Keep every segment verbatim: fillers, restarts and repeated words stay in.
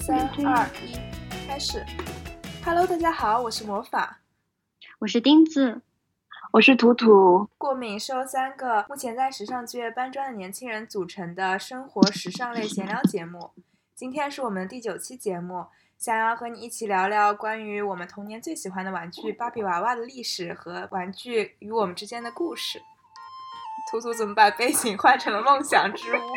三二一，开始。Hello， 大家好，我是魔法， 我是钉子， 我是图图。 过敏是由三个目前在时尚剧业搬砖的年轻人组成的生活时尚类闲聊节目。今天是我们的第九期节目，想要和你一起聊聊关于我们童年最喜欢的玩具芭比娃娃的历史和玩具与我们之间的故事。图图怎么把背景换成了梦想之屋？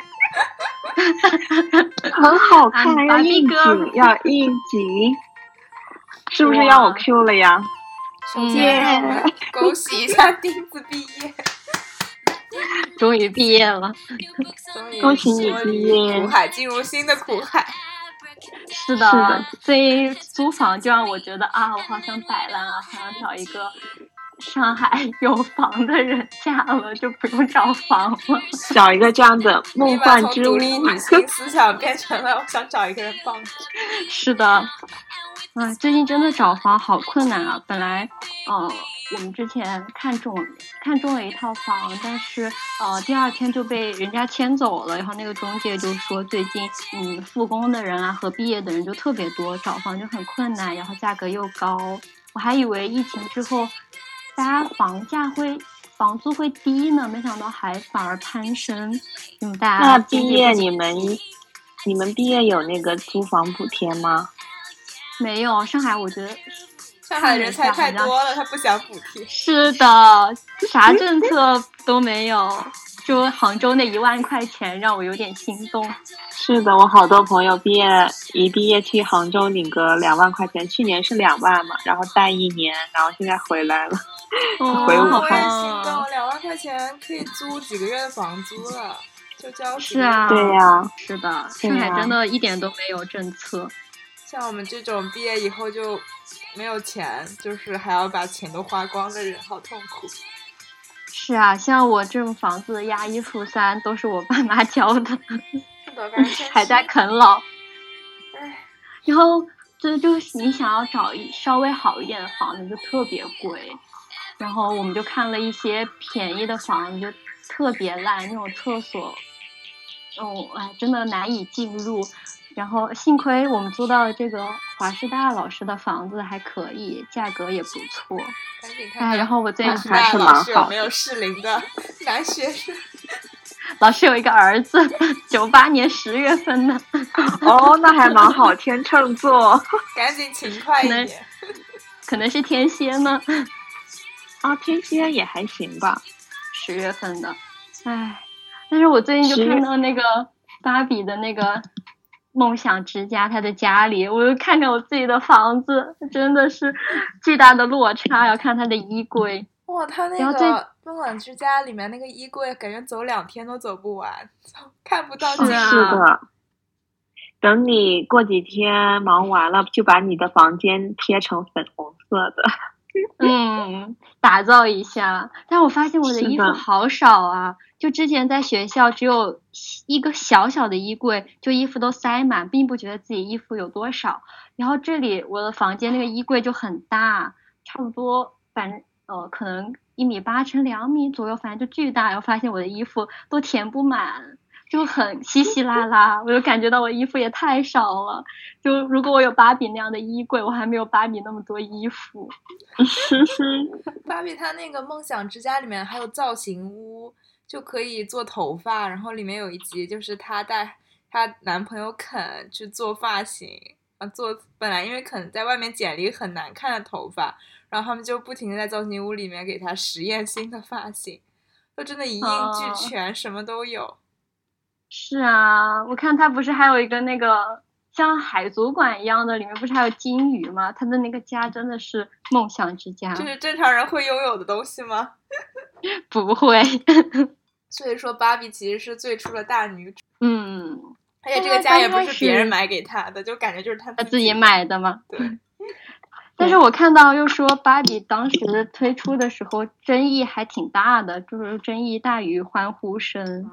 很好看，要应景，要应景，是不是要我 Q 了呀？ 首先让我们恭喜一下钉子毕业， 终于毕业了， 恭喜你毕业， 苦海进入新的苦海。 是的，是的，所以租房就让我觉得啊，我好想摆烂啊，好想找一个上海有房的人嫁了，就不用找房了， 找一个这样的梦幻之屋。 从独立女性思想变成了我想找一个人帮助。 是的，啊，最近真的找房好困难啊！本来，呃，我们之前看中看中了一套房，但是呃，第二天就被人家迁走了。然后那个中介就说，最近嗯，复工的人啊和毕业的人就特别多，找房就很困难，然后价格又高。我还以为疫情之后，大家房价会房租会低呢，没想到还反而攀升。嗯，大家那毕业你们你们毕业有那个租房补贴吗？ 没有，上海我觉得上海人才太多了，他不想补贴。 是的，啥政策都没有，就杭州那一万块钱让我有点心动。 是的，我好多朋友毕业一毕业去杭州领个两万块钱，去年是两万嘛，然后待一年，然后现在回来了， 哦、 回武汉。我也汉。 心动，两万块钱可以租几个月的房租了，就交是啊， 对呀、啊， 是的，上海真的一点都没有政策。 像我们这种毕业以后就没有钱，就是还要把钱都花光的人，好痛苦。 是啊，像我这种房子押一付三都是我爸妈交的，还在啃老。然后这就是你想要找一稍微好一点的房子就特别贵，然后我们就看了一些便宜的房子，就特别烂，那种厕所，哦，哎，真的难以进入。然后幸亏我们租到了这个华师大老师的房子还可以，价格也不错。 赶紧看看哎，然后我最近还是蛮好。有没有适龄的男学生？ 老师有一个儿子，九八年十月份的。 哦，那还蛮好，天秤座。 赶紧勤快一点。 可能, 可能是天蝎呢。 啊，天蝎也还行吧， 十月份的。哎，但是我最近就看到那个芭比的那个梦想之家，他的家里，我又看看我自己的房子，真的是巨大的落差。要看他的衣柜， 哇，他那个梦想之家里面那个衣柜，感觉走两天都走不完，看不到尽头。 是的，等你过几天忙完了，就把你的房间贴成粉红色的。 嗯，打造一下。但我发现我的衣服好少啊，就之前在学校只有一个小小的衣柜，就衣服都塞满，并不觉得自己衣服有多少。然后这里我的房间那个衣柜就很大，差不多反正呃可能一米八乘两米左右，反正就巨大。然后发现我的衣服都填不满，就很稀稀拉拉，我就感觉到我衣服也太少了。就如果我有芭比那样的衣柜，我还没有芭比那么多衣服。 芭比她那个梦想之家里面还有造型屋，就可以做头发，然后里面有一集就是她带她男朋友肯去做发型啊，做本来因为肯在外面剪了一个很难看的头发，然后他们就不停的在造型屋里面给她实验新的发型，就真的一应俱全、哦、什么都有。 是啊，我看他不是还有一个那个像海族馆一样的，里面不是还有金鱼吗？他的那个家真的是梦想之家。 这是正常人会拥有的东西吗？ 不会。 所以说芭比其实是最初的大女主。 嗯， 而且这个家也不是别人买给她的，就感觉就是她自己买的嘛。 对。 但是我看到又说芭比当时推出的时候争议还挺大的，就是争议大于欢呼声。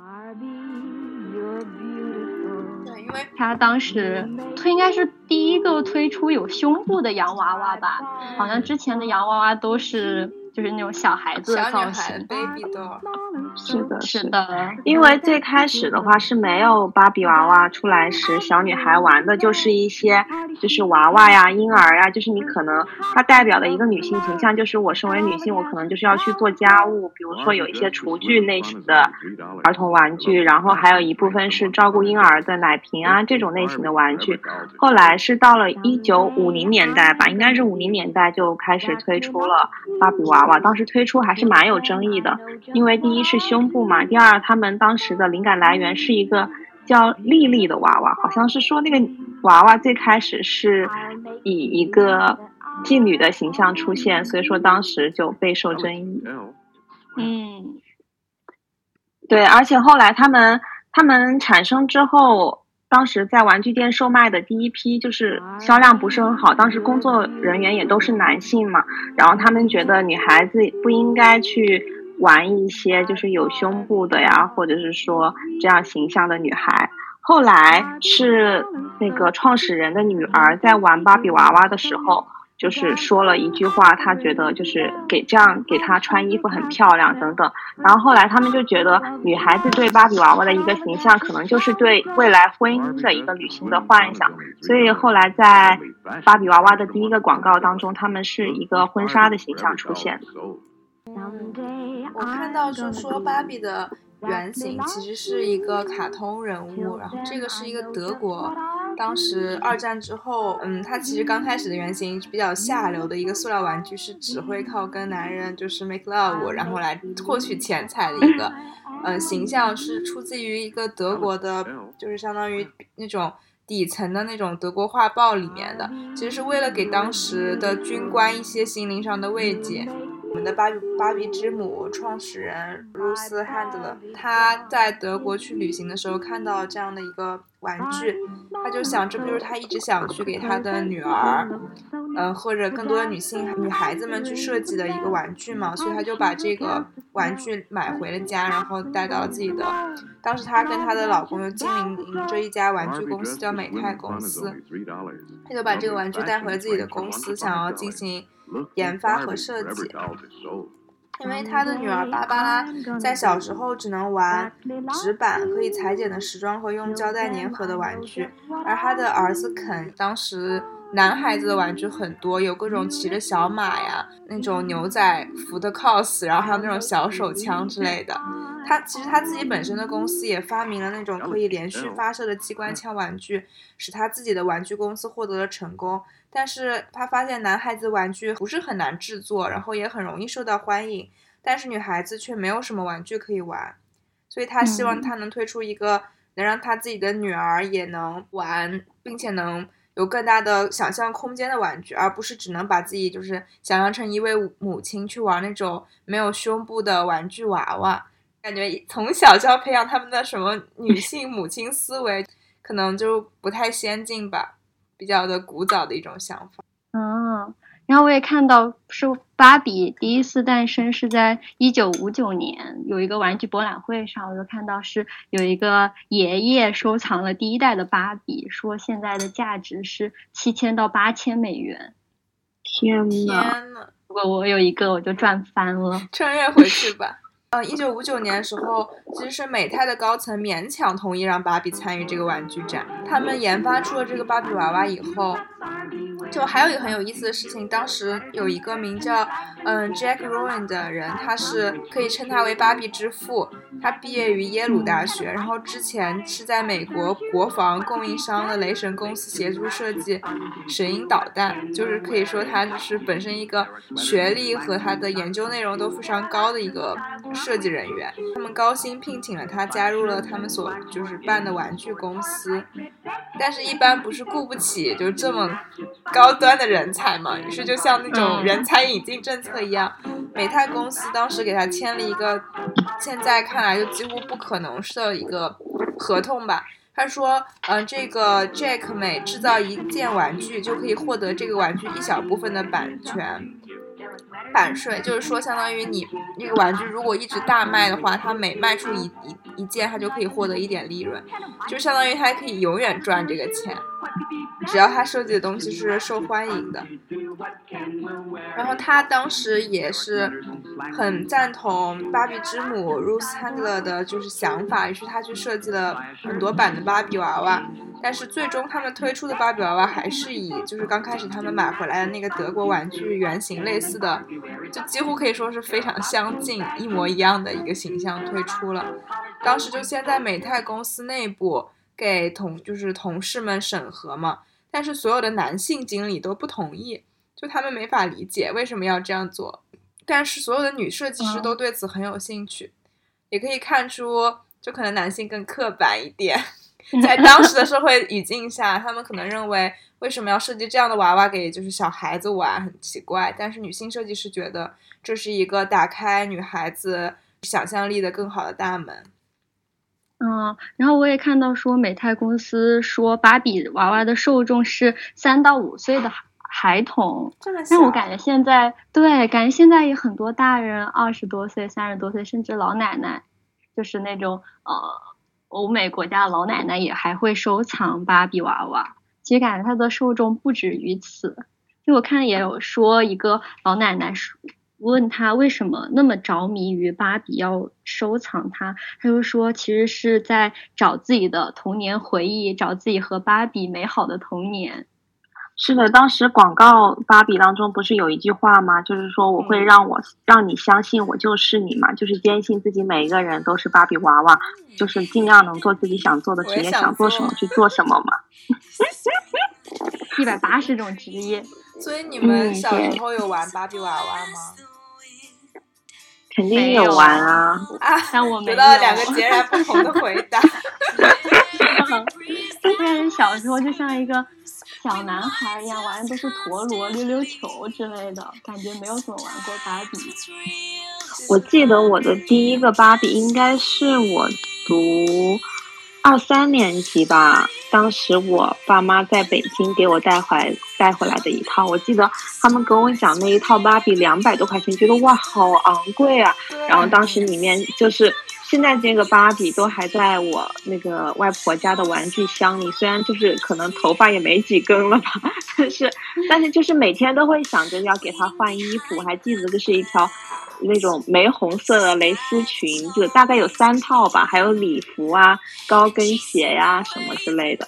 对，因为他当时推应该是第一个推出有胸部的洋娃娃吧，好像之前的洋娃娃都是就是那种小孩子的造型。 baby doll。 是的是的， 因为最开始的话是没有芭比娃娃出来时，小女孩玩的就是一些就是娃娃呀、婴儿呀，就是你可能它代表的一个女性形象，就是我身为女性，我可能就是要去做家务，比如说有一些厨具类型的儿童玩具，然后还有一部分是照顾婴儿的奶瓶啊这种类型的玩具。后来是到了一九五零年代吧，应该是五零年代就开始推出了芭比娃娃，当时推出还是蛮有争议的，因为第一是胸部嘛，第二他们当时的灵感来源是一个叫莉莉的娃娃，好像是说那个娃娃最开始是以一个妓女的形象出现，所以说当时就备受争议。 嗯， 对，而且后来他们他们产生之后，当时在玩具店售卖的第一批就是销量不是很好，当时工作人员也都是男性嘛，然后他们觉得女孩子不应该去玩一些就是有胸部的呀，或者是说这样形象的女孩。后来是那个创始人的女儿在玩芭比娃娃的时候，就是说了一句话，她觉得就是给这样给她穿衣服很漂亮等等。然后后来他们就觉得女孩子对芭比娃娃的一个形象可能就是对未来婚姻的一个旅行的幻想，所以后来在芭比娃娃的第一个广告当中，他们是一个婚纱的形象出现。 我看到就说芭比的原型其实是一个卡通人物，然后这个是一个德国当时二战之后，嗯，它其实刚开始的原型比较下流的一个塑料玩具，是只会靠跟男人就是 make love 然后来获取钱财的一个呃形象，是出自于一个德国的，就是相当于那种底层的那种德国画报里面的，其实是为了给当时的军官一些心灵上的慰藉。我们的芭比芭比之母创始人露丝·汉德勒，他在德国去旅行的时候看到这样的一个玩具，他就想这不就是他一直想去给他的女儿呃，或者更多的女性女孩子们去设计的一个玩具嘛，所以他就把这个玩具买回了家，然后带到了自己的，当时他跟他的老公又经营着一家玩具公司叫美泰公司，他就把这个玩具带回了自己的公司，想要进行研发和设计。因为他的女儿芭芭拉在小时候只能玩纸板可以裁剪的时装和用胶带粘合的玩具，而他的儿子肯当时男孩子的玩具很多，有各种骑着小马呀，那种牛仔服的 cos， 然后还有那种小手枪之类的。他其实他自己本身的公司也发明了那种可以连续发射的机关枪玩具，使他自己的玩具公司获得了成功。但是他发现男孩子玩具不是很难制作，然后也很容易受到欢迎，但是女孩子却没有什么玩具可以玩，所以他希望他能推出一个能让他自己的女儿也能玩，并且能有更大的想象空间的玩具，而不是只能把自己就是想象成一位母亲去玩那种没有胸部的玩具娃娃。感觉从小就要培养他们的什么女性母亲思维，可能就不太先进吧，比较的古早的一种想法。 嗯，然后我也看到是芭比第一次诞生是在一九五九年，有一个玩具博览会上，我就看到是有一个爷爷收藏了第一代的芭比，说现在的价值是七千到八千美元。 天哪！ 天哪！ 如果我有一个，我就赚翻了。 穿越回去吧。嗯，一九五九年的时候，其实是美泰的高层勉强同意让芭比参与这个玩具展。他们研发出了这个芭比娃娃以后，就还有一个很有意思的事情，当时有一个名叫嗯 Jack Rowan 的人，他是可以称他为芭比之父。他毕业于耶鲁大学，然后之前是在美国国防供应商的雷神公司协助设计神鹰导弹，就是可以说他就是本身一个学历和他的研究内容都非常高的一个设计人员。他们高薪聘请了他，加入了他们所就是办的玩具公司，但是一般不是雇不起就这么高端的人才嘛，于是就像那种人才引进政策一样，美泰公司当时给他签了一个现在看来就几乎不可能的一个合同吧。他说呃，这个 Jack 每制造一件玩具就可以获得这个玩具一小部分的版权版税，就是说相当于你那个玩具如果一直大卖的话，它每卖出一一一件，它就可以获得一点利润，就相当于它可以永远赚这个钱，只要它设计的东西是受欢迎的。 然后他当时也是很赞同芭比之母 Ruth Handler 的就是想法，于是他去设计了很多版的芭比娃娃，但是最终他们推出的芭比娃娃还是以就是刚开始他们买回来的那个德国玩具原型类似的，就几乎可以说是非常相近一模一样的一个形象推出了。当时就先在美泰公司内部给同就是同事们审核嘛，但是所有的男性经理都不同意，就他们没法理解为什么要这样做，但是所有的女设计师都对此很有兴趣、嗯、也可以看出就可能男性更刻板一点，在当时的社会语境下他们可能认为为什么要设计这样的娃娃给就是小孩子玩很奇怪，但是女性设计师觉得这是一个打开女孩子想象力的更好的大门。 嗯，然后我也看到说美泰公司说芭比娃娃的受众是三到五岁的孩童，但我感觉现在对，感觉现在也很多大人二十多岁、三十多岁，甚至老奶奶，就是那种呃欧美国家的老奶奶也还会收藏芭比娃娃。其实感觉它的受众不止于此，就我看也有说一个老奶奶问他为什么那么着迷于芭比要收藏它，他就说其实是在找自己的童年回忆，找自己和芭比美好的童年。 是的，当时广告芭比当中不是有一句话吗？就是说我会让我、嗯、让你相信我就是你嘛，就是坚信自己每一个人都是芭比娃娃，就是尽量能做自己想做的职业，想做什么去做什么嘛。 一百八十种职业。 所以你们小时候有玩芭比娃娃吗？ 嗯、肯定有玩啊！ 啊， 但我没有。 得到了两个截然不同的回答。 但是小时候就像一个小男孩一样，玩的都是陀螺、溜溜球之类的，感觉没有怎么玩过芭比。 我记得我的第一个芭比应该是我读二三年级吧，当时我爸妈在北京给我带回来带回来的一套，我记得他们跟我讲那一套芭比两百多块钱，觉得哇好昂贵啊，然后当时里面就是现在这个芭比都还在我那个外婆家的玩具箱里，虽然就是可能头发也没几根了吧，但是但是就是每天都会想着要给她换衣服，我还记得这是一条那种玫红色的蕾丝裙子，大概有三套吧，还有礼服啊、高跟鞋呀、啊、什么之类的。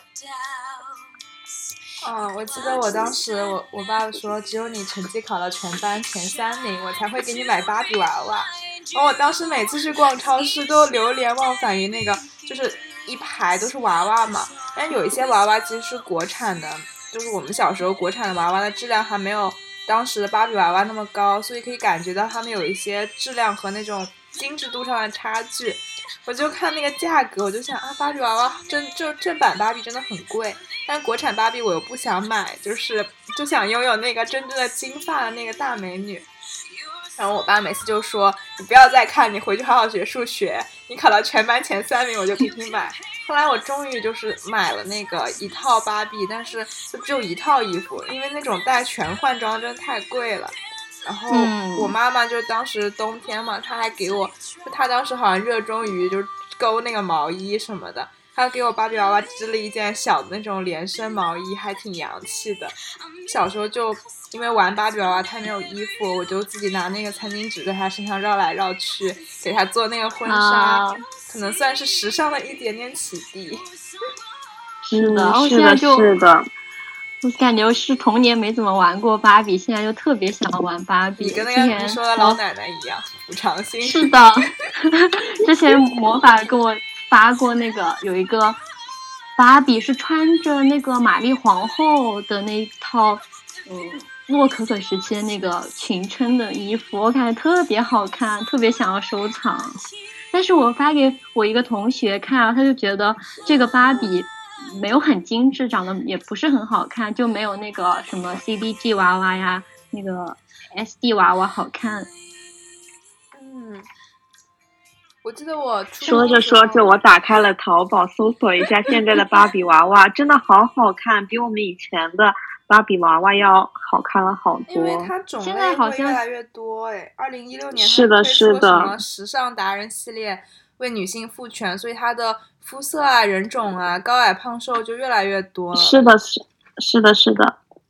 嗯，我记得我当时我我爸爸说只有你成绩考到全班前三名我才会给你买芭比娃娃，然后我当时每次去逛超市都流连忘返于那个就是一排都是娃娃嘛，但是有一些娃娃其实是国产的，就是我们小时候国产的娃娃的质量还没有当时的芭比娃娃那么高，所以可以感觉到他们有一些质量和那种精致度上的差距。我就看那个价格，我就想啊，芭比娃娃真就正版芭比真的很贵，但是国产芭比我又不想买，就是就想拥有那个真正的金发的那个大美女。然后我爸每次就说你不要再看，你回去好好学数学，你考到全班前三名我就给你买。后来我终于就是买了那个一套芭比，但是就只有一套衣服，因为那种带全换装真的太贵了。然后我妈妈就当时冬天嘛，她还给我，就她当时好像热衷于就是勾那个毛衣什么的，她给我芭比娃娃织了一件小的那种连身毛衣，还挺洋气的。小时候就因为玩芭比娃娃太没有衣服，我就自己拿那个餐巾纸在她身上绕来绕去，给她做那个婚纱、啊、可能算是时尚的一点点启迪。 是的， 嗯、是的是的， 我感觉是童年没怎么玩过芭比，现在就特别想玩芭比。 你跟那个你说的老奶奶一样，补偿心。 是的，之前魔法跟我发过那个有一个芭比是穿着那个玛丽皇后的那套嗯洛可可时期的那个裙撑的衣服，我感觉特别好看，特别想要收藏。但是我发给我一个同学看，他就觉得这个芭比没有很精致，长得也不是很好看，就没有那个什么 C D G 娃娃呀，那个 S D 娃娃好看。 嗯，我记得我说着说着，我打开了淘宝，搜索一下现在的芭比娃娃，真的好好看，比我们以前的芭比娃娃要好看了好多。 因为它种类会越来越多哎，二零一六年是的是的， 什么时尚达人系列为女性赋权，所以它的肤色啊、人种啊、高矮胖瘦就越来越多了。 是的，是是的，是的。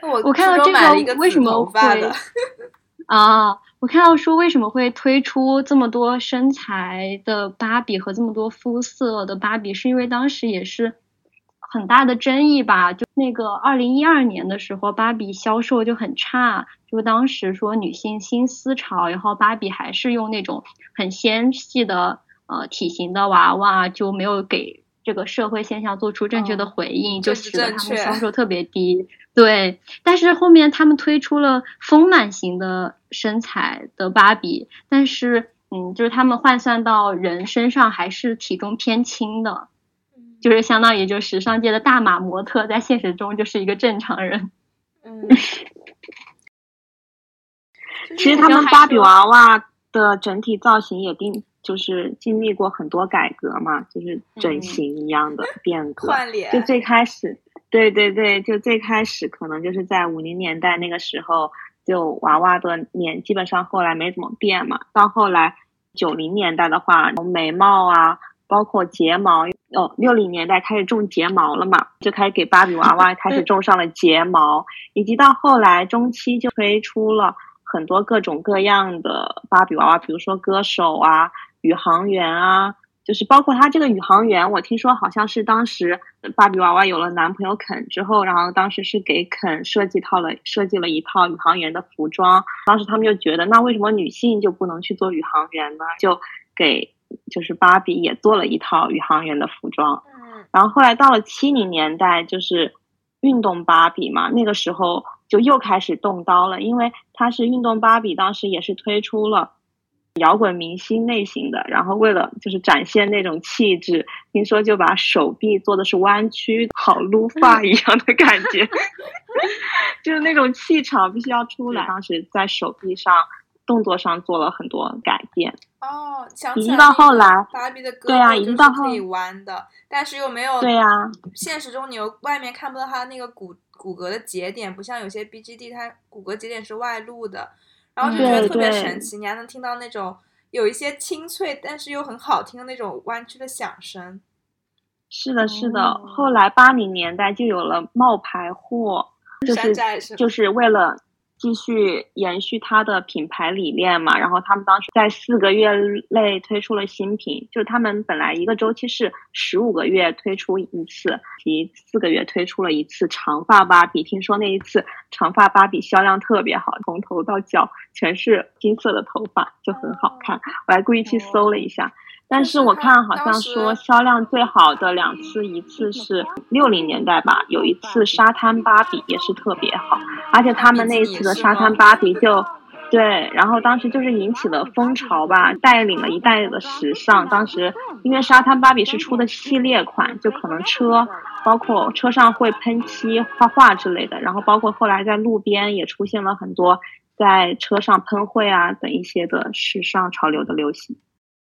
我我看到这个为什么会啊，我看到说为什么会推出这么多身材的芭比和这么多肤色的芭比，是因为当时也是很大的争议吧。就那个二零一二年的时候，芭比销售就很差，就当时说女性新思潮，然后芭比还是用那种很纤细的呃体型的娃娃，就没有给这个社会现象做出正确的回应， 哦、 就使得他们销售特别低。对，但是后面他们推出了丰满型的身材的芭比，但是嗯，就是他们换算到人身上还是体重偏轻的，就是相当于就时尚界的大码模特，在现实中就是一个正常人。 嗯， 其实他们芭比娃娃的整体造型也并就是经历过很多改革嘛，就是整形一样的变革。 换脸。 就最开始，对对对，就最开始可能就是在五零年代那个时候，就娃娃的脸基本上后来没怎么变嘛。到后来九零年代的话，眉毛啊，包括睫毛，哦，六零年代开始种睫毛了嘛，就开始给芭比娃娃开始种上了睫毛，以及到后来中期就推出了很多各种各样的芭比娃娃，比如说歌手啊、宇航员啊，就是包括他这个宇航员，我听说好像是当时芭比娃娃有了男朋友肯之后，然后当时是给肯设计套了设计了一套宇航员的服装，当时他们就觉得那为什么女性就不能去做宇航员呢？就给就是芭比也做了一套宇航员的服装。然后后来到了七零年代，就是运动芭比嘛，那个时候就又开始动刀了，因为它是运动芭比，当时也是推出了摇滚明星类型的，然后为了就是展现那种气质，听说就把手臂做的是弯曲，好撸发一样的感觉就是那种气场必须要出来，当时在手臂上动作上做了很多改变。 哦，想起来已经到后来芭比的胳对啊， 膊就是可以弯的，但是又没有， 对啊， 现实中你又外面看不到它那个骨骨骼的节点，不像有些 B G D 它骨骼节点是外露的，然后就觉得特别神奇，你还能听到那种有一些清脆但是又很好听的那种弯曲的响声。 是的是的、哦、后来八零年代就有了冒牌货，就是就是为了继续延续它的品牌理念嘛，然后他们当时在四个月内推出了新品，就是他们本来一个周期是十五个月推出一次，第四个月推出了一次长发芭比，听说那一次长发芭比销量特别好，从头到脚全是金色的头发，就很好看，我还故意去搜了一下。但是我看好像说销量最好的两次，一次是六零年代吧，有一次沙滩芭比也是特别好，而且他们那一次的沙滩芭比就对，然后当时就是引起了风潮吧，带领了一代的时尚。当时因为沙滩芭比是出的系列款，就可能车包括车上会喷漆画画之类的，然后包括后来在路边也出现了很多在车上喷绘啊等一些的时尚潮流的流行。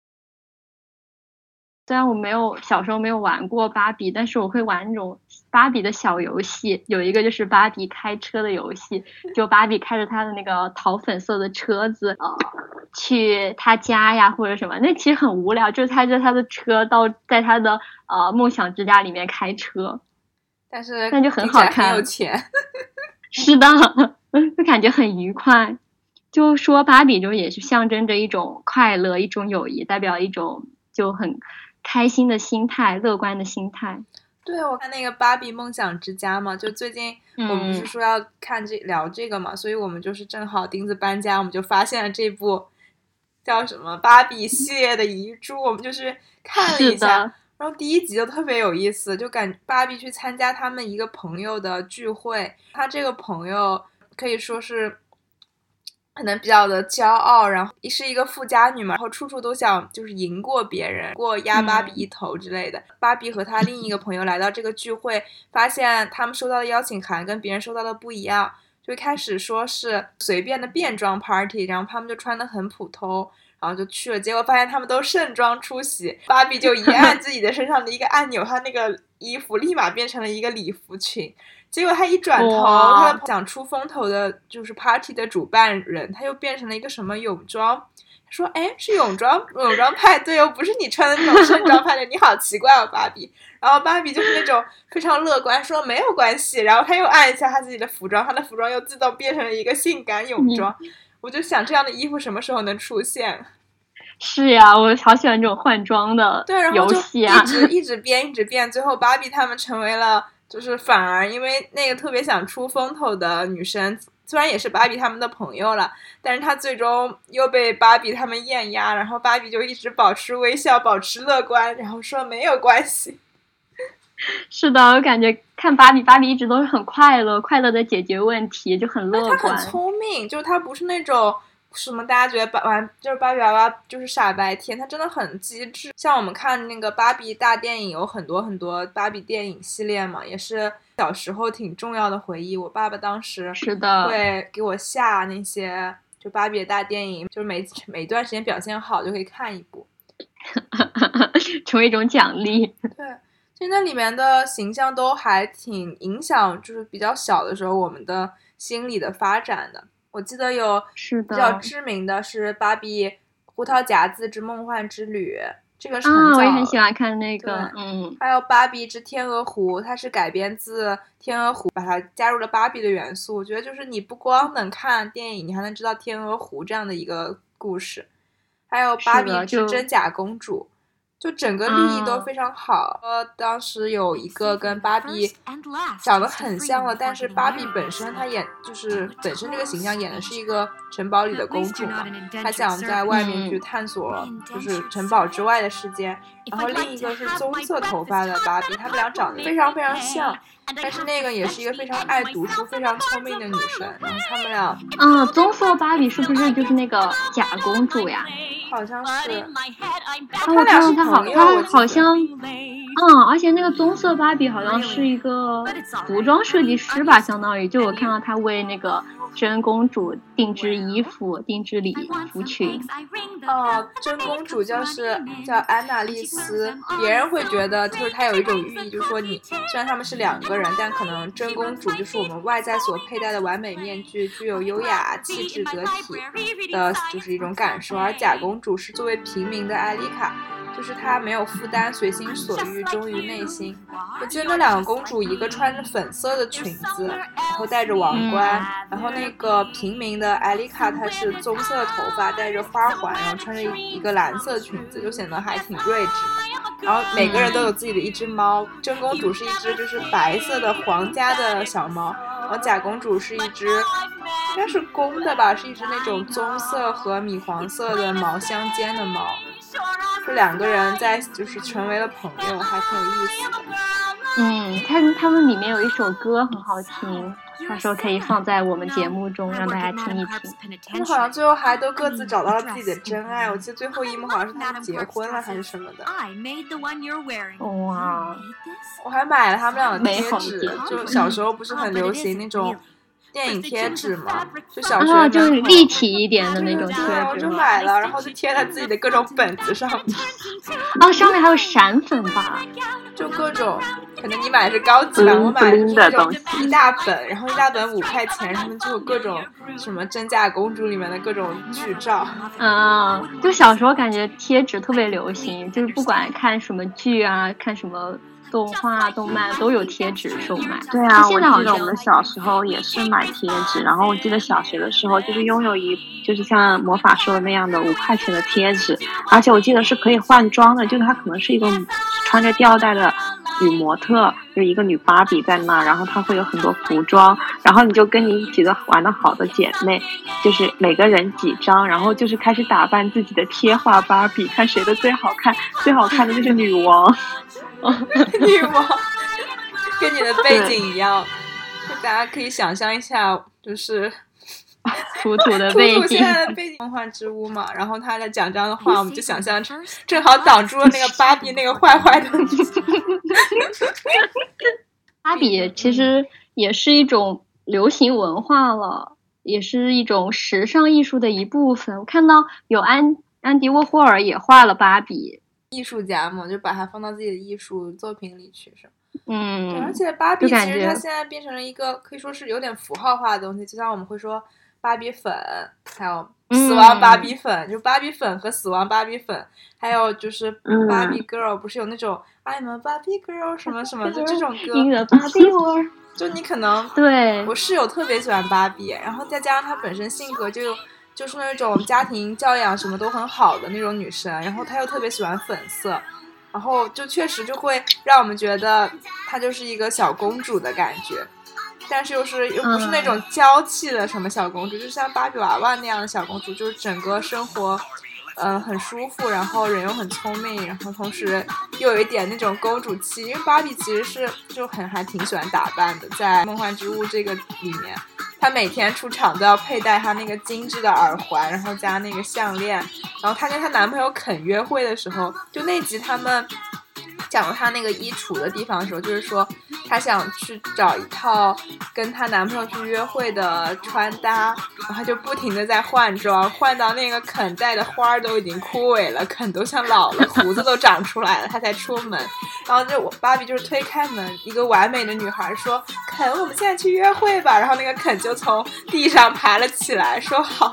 虽然我没有小时候没有玩过芭比，但是我会玩那种芭比的小游戏，有一个就是芭比开车的游戏，就芭比开着她的那个桃粉色的车子呃，去她家呀或者什么，那其实很无聊，就是开着她的车到在她的呃梦想之家里面开车， 但是那就很好看， 很有钱是的，就感觉很愉快。就说芭比就也是象征着一种快乐，一种友谊，代表一种就很开心的心态，乐观的心态。 对，我看那个芭比梦想之家嘛，就最近我们不是说要看这、嗯、聊这个嘛，所以我们就是正好钉子搬家，我们就发现了这部叫什么芭比系列的遗珠，我们就是看了一下，然后第一集就特别有意思，就感芭比去参加他们一个朋友的聚会，他这个朋友可以说是可能比较的骄傲，然后是一个富家女嘛，然后处处都想就是赢过别人，过压芭比一头之类的、嗯、芭比和她另一个朋友来到这个聚会，发现他们收到的邀请函跟别人收到的不一样，就一开始说是随便的便装 party， 然后他们就穿得很普通，然后就去了，结果发现他们都盛装出席，芭比就一按自己的身上的一个按钮，她那个衣服立马变成了一个礼服裙，结果他一转头，他想出风头的就是 party 的主办人，他又变成了一个什么泳装， 说哎是泳装泳装派对哦，不是你穿的那种盛装派对，你好奇怪哦芭比。然后芭比就是那种非常乐观说没有关系，然后他又按一下他自己的服装，他的服装又自动变成了一个性感泳装、嗯、我就想这样的衣服什么时候能出现。 是呀，我好喜欢这种换装的游戏啊， 对，然后就一直一直变一直变，最后芭比他们成为了就是反而因为那个特别想出风头的女生，虽然也是芭比他们的朋友了，但是她最终又被芭比他们艳压，然后芭比就一直保持微笑保持乐观，然后说没有关系。 是的，我感觉看芭比芭比一直都是很快乐快乐的解决问题，就很乐观。 她很聪明，就是她不是那种什么大家觉得玩就是芭比娃娃就是傻白甜，她真的很机智。像我们看那个芭比大电影有很多很多芭比电影系列嘛，也是小时候挺重要的回忆。我爸爸当时是的会给我下那些就芭比的大电影，就是每每一段时间表现好就可以看一部成为一种奖励。 对，就那里面的形象都还挺影响就是比较小的时候我们的心理的发展的。我记得有比较知名的是芭比胡桃夹子之梦幻之旅，这个是很早、 啊、我也很喜欢看那个。嗯， 还有芭比之天鹅湖，它是改编自天鹅湖，把它加入了芭比的元素。我觉得就是你不光能看电影，你还能知道天鹅湖这样的一个故事。还有芭比之真假公主，就整个立意都非常好。呃、嗯，当时有一个跟芭比长得很像了，但是芭比本身她演就是本身这个形象演的是一个城堡里的公主嘛，她想在外面去探索就是城堡之外的世界。然后另一个是棕色头发的芭比，她们俩长得非常非常像，但是那个也是一个非常爱读书非常聪明的女生。然后她们俩嗯，棕色芭比是不是就是那个假公主呀？ 好像是， 啊，我看到她好，她好像，嗯，而且那个棕色芭比好像是一个服装设计师吧，相当于，就我看到她为那个真公主定制衣服、定制礼服裙。 哦，真公主就是叫安娜丽丝，别人会觉得就是她有一种寓意，就是说你虽然他们是两个人，但可能真公主就是我们外在所佩戴的完美面具，具有优雅、气质、得体的，就是一种感受，而假公主是作为平民的艾丽卡，就是她没有负担，随心所欲，忠于内心。我记得那两个公主，一个穿着粉色的裙子，然后戴着王冠，然后那个平民的艾丽卡她是棕色的头发，戴着花环，然后穿着一个蓝色的裙子，就显得还挺睿智的。然后每个人都有自己的一只猫，真公主是一只就是白色的皇家的小猫，然后假公主是一只应该是公的吧，是一只那种棕色和米黄色的毛相间的猫。这两个人在就是成为了朋友，还挺有意思的。 嗯，他他们里面有一首歌很好听，到时候可以放在我们节目中让大家听一听。 他们好像最后还都各自找到了自己的真爱，我记得最后一幕好像是他们结婚了还是什么的。 哇， 我还买了他们俩的贴纸，就小时候不是很流行那种电影贴纸嘛，就小学、 啊、就是立体一点的那种贴纸， 我就买了，然后就贴在自己的各种本子上面。 哦，上面还有闪粉吧？ 就各种，可能你买的是高级版，我买的是那种一大本，然后一大本五块钱，上面就有各种什么真假公主里面的各种剧照。 嗯，就小时候感觉贴纸特别流行，就是不管看什么剧啊，看什么动画、动漫都有贴纸售卖。 对啊，我记得我们小时候也是买贴纸，然后我记得小学的时候就是拥有一就是像魔法说的那样的五块钱的贴纸，而且我记得是可以换装的，就是它可能是一个穿着吊带的女模特，就是一个女芭比在那，然后她会有很多服装，然后你就跟你几个玩的好的姐妹，就是每个人几张，然后就是开始打扮自己的贴画芭比，看谁的最好看，最好看的就是女王。 女王跟你的背景一样，大家可以想象一下，就是土土的背景， 土土现在的背景梦幻之屋嘛，然后他在讲这样的话，我们就想象成正好挡住了那个芭比那个坏坏的芭比其实也是一种流行文化了，也是一种时尚艺术的一部分。我看到有安安迪沃霍尔也画了芭比， 艺术家嘛，就把它放到自己的艺术作品里去，是吧？ 嗯， 对，而且芭比其实它现在变成了一个可以说是有点符号化的东西，就像我们会说芭比粉，还有死亡芭比粉，嗯、就芭比粉和死亡芭比粉，还有就是芭比 girl，、嗯、不是有那种 I'm a Barbie girl 什么什么，就这种歌。 In a Barbie world。 就你可能对， 我室友特别喜欢芭比，然后再加上她本身性格就就是那种家庭教养什么都很好的那种女生，然后她又特别喜欢粉色，然后就确实就会让我们觉得她就是一个小公主的感觉，但是又是又不是那种娇气的什么小公主，嗯、就像芭比娃娃那样的小公主，就是整个生活呃，很舒服，然后人又很聪明，然后同时又有一点那种公主气，因为芭比其实是就很还挺喜欢打扮的，在梦幻之屋这个里面，她每天出场都要佩戴她那个精致的耳环，然后加那个项链，然后她跟她男朋友肯约会的时候，就那集他们讲到她那个衣橱的地方的时候，就是说她想去找一套跟她男朋友去约会的穿搭，然后就不停的在换装，换到那个肯戴的花都已经枯萎了，肯都像老了，胡子都长出来了，她才出门。然后就我芭比就是推开门，一个完美的女孩说：“肯，我们现在去约会吧。”然后那个肯就从地上爬了起来，说：“好。”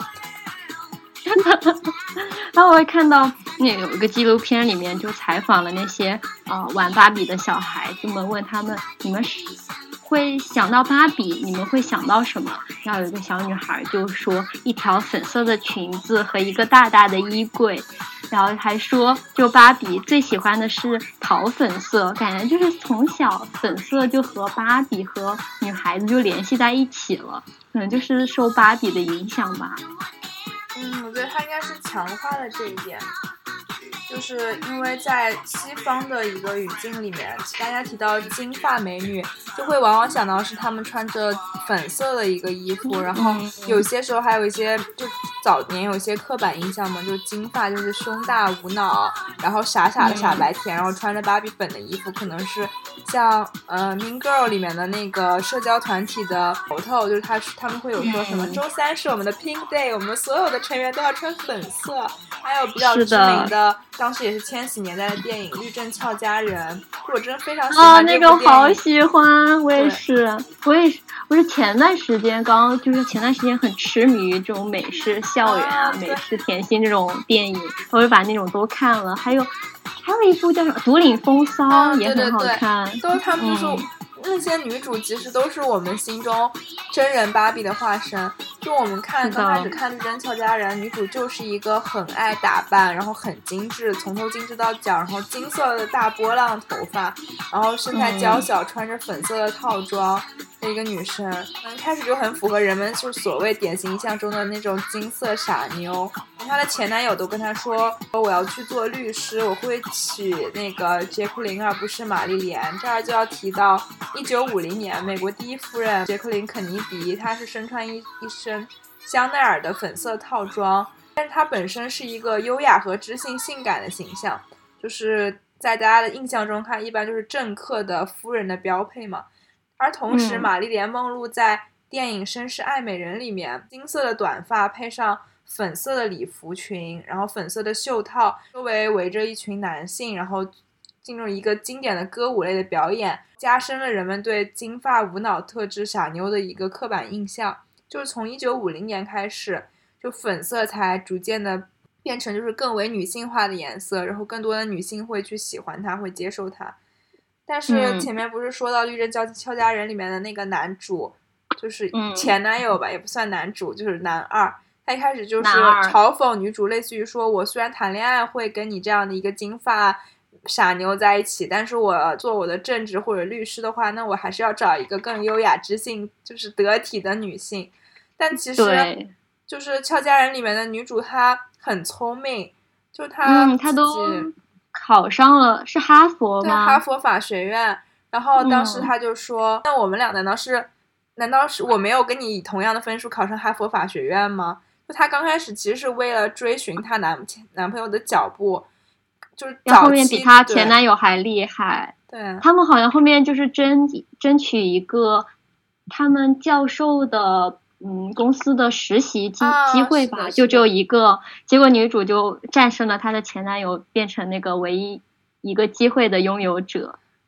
然后我会看到那有一个纪录片里面就采访了那些呃玩芭比的小孩子们，问他们你们会想到芭比你们会想到什么，然后有一个小女孩就说一条粉色的裙子和一个大大的衣柜，然后还说就芭比最喜欢的是桃粉色，感觉就是从小粉色就和芭比和女孩子就联系在一起了，可能就是受芭比的影响吧。 嗯，我觉得他应该是强化了这一点，就是因为在西方的一个语境里面，大家提到金发美女，就会往往想到是她们穿着粉色的一个衣服，然后有些时候还有一些就早年有一些刻板印象嘛，就金发就是胸大无脑，然后傻傻的傻白甜，然后穿着芭比粉的衣服，可能是像呃 Mean Girl 里面的那个社交团体的头头，就是他他们会有说什么周三是我们的 Pink Day， 我们所有的成员都要穿粉色，还有比较知名的当时也是千禧年代的电影《律政俏佳人》，我真的非常喜欢这部电影。 哦，那个好喜欢，我也是，我也是，我是前段时间刚就是前段时间很痴迷于这种美式校园啊、美式甜心这种电影，我就把那种都看了，还有还有一部叫什么《独领风骚》也很好看， 对对对，都是他们就是。嗯那些女主其实都是我们心中真人芭比的化身，就我们看刚开始看《律政俏佳人》，女主就是一个很爱打扮，然后很精致，从头精致到脚，然后金色的大波浪头发，然后身材娇小，嗯、穿着粉色的套装的一个女生，一开始就很符合人们就所谓典型印象中的那种金色傻妞。她的前男友都跟她说，我要去做律师，我会娶那个杰克琳而不是玛丽莲。这儿就要提到一九五零年美国第一夫人杰克琳肯尼迪，她是身穿一一身香奈儿的粉色套装，但是她本身是一个优雅和知性性感的形象，就是在大家的印象中看一般就是政客的夫人的标配嘛。而同时玛丽莲梦露在电影《绅士爱美人》里面，金色的短发配上粉色的礼服裙，然后粉色的袖套，周围围着一群男性，然后进入一个经典的歌舞类的表演，加深了人们对金发无脑特质傻妞的一个刻板印象。就是从一九五零年开始，就粉色才逐渐的变成就是更为女性化的颜色，然后更多的女性会去喜欢它，会接受它。但是前面不是说到《律政俏佳人》里面的那个男主，就是前男友吧，也不算男主，就是男二。他一开始就是嘲讽女主，类似于说我虽然谈恋爱会跟你这样的一个金发傻妞在一起，但是我做我的正职或者律师的话，那我还是要找一个更优雅知性就是得体的女性。但其实就是俏佳人里面的女主她很聪明，就她嗯，她都考上了是哈佛吗？ 对，哈佛法学院。然后当时她就说、嗯、那我们俩难道是难道是我没有跟你以同样的分数考上哈佛法学院吗？就她刚开始其实是为了追寻她男男朋友的脚步，就是早期后面比她前男友还厉害。 对， 他们好像后面就是争争取一个他们教授的嗯公司的实习机、啊、机会吧，就只有一个，结果女主就战胜了她的前男友，变成那个唯一一个机会的拥有者。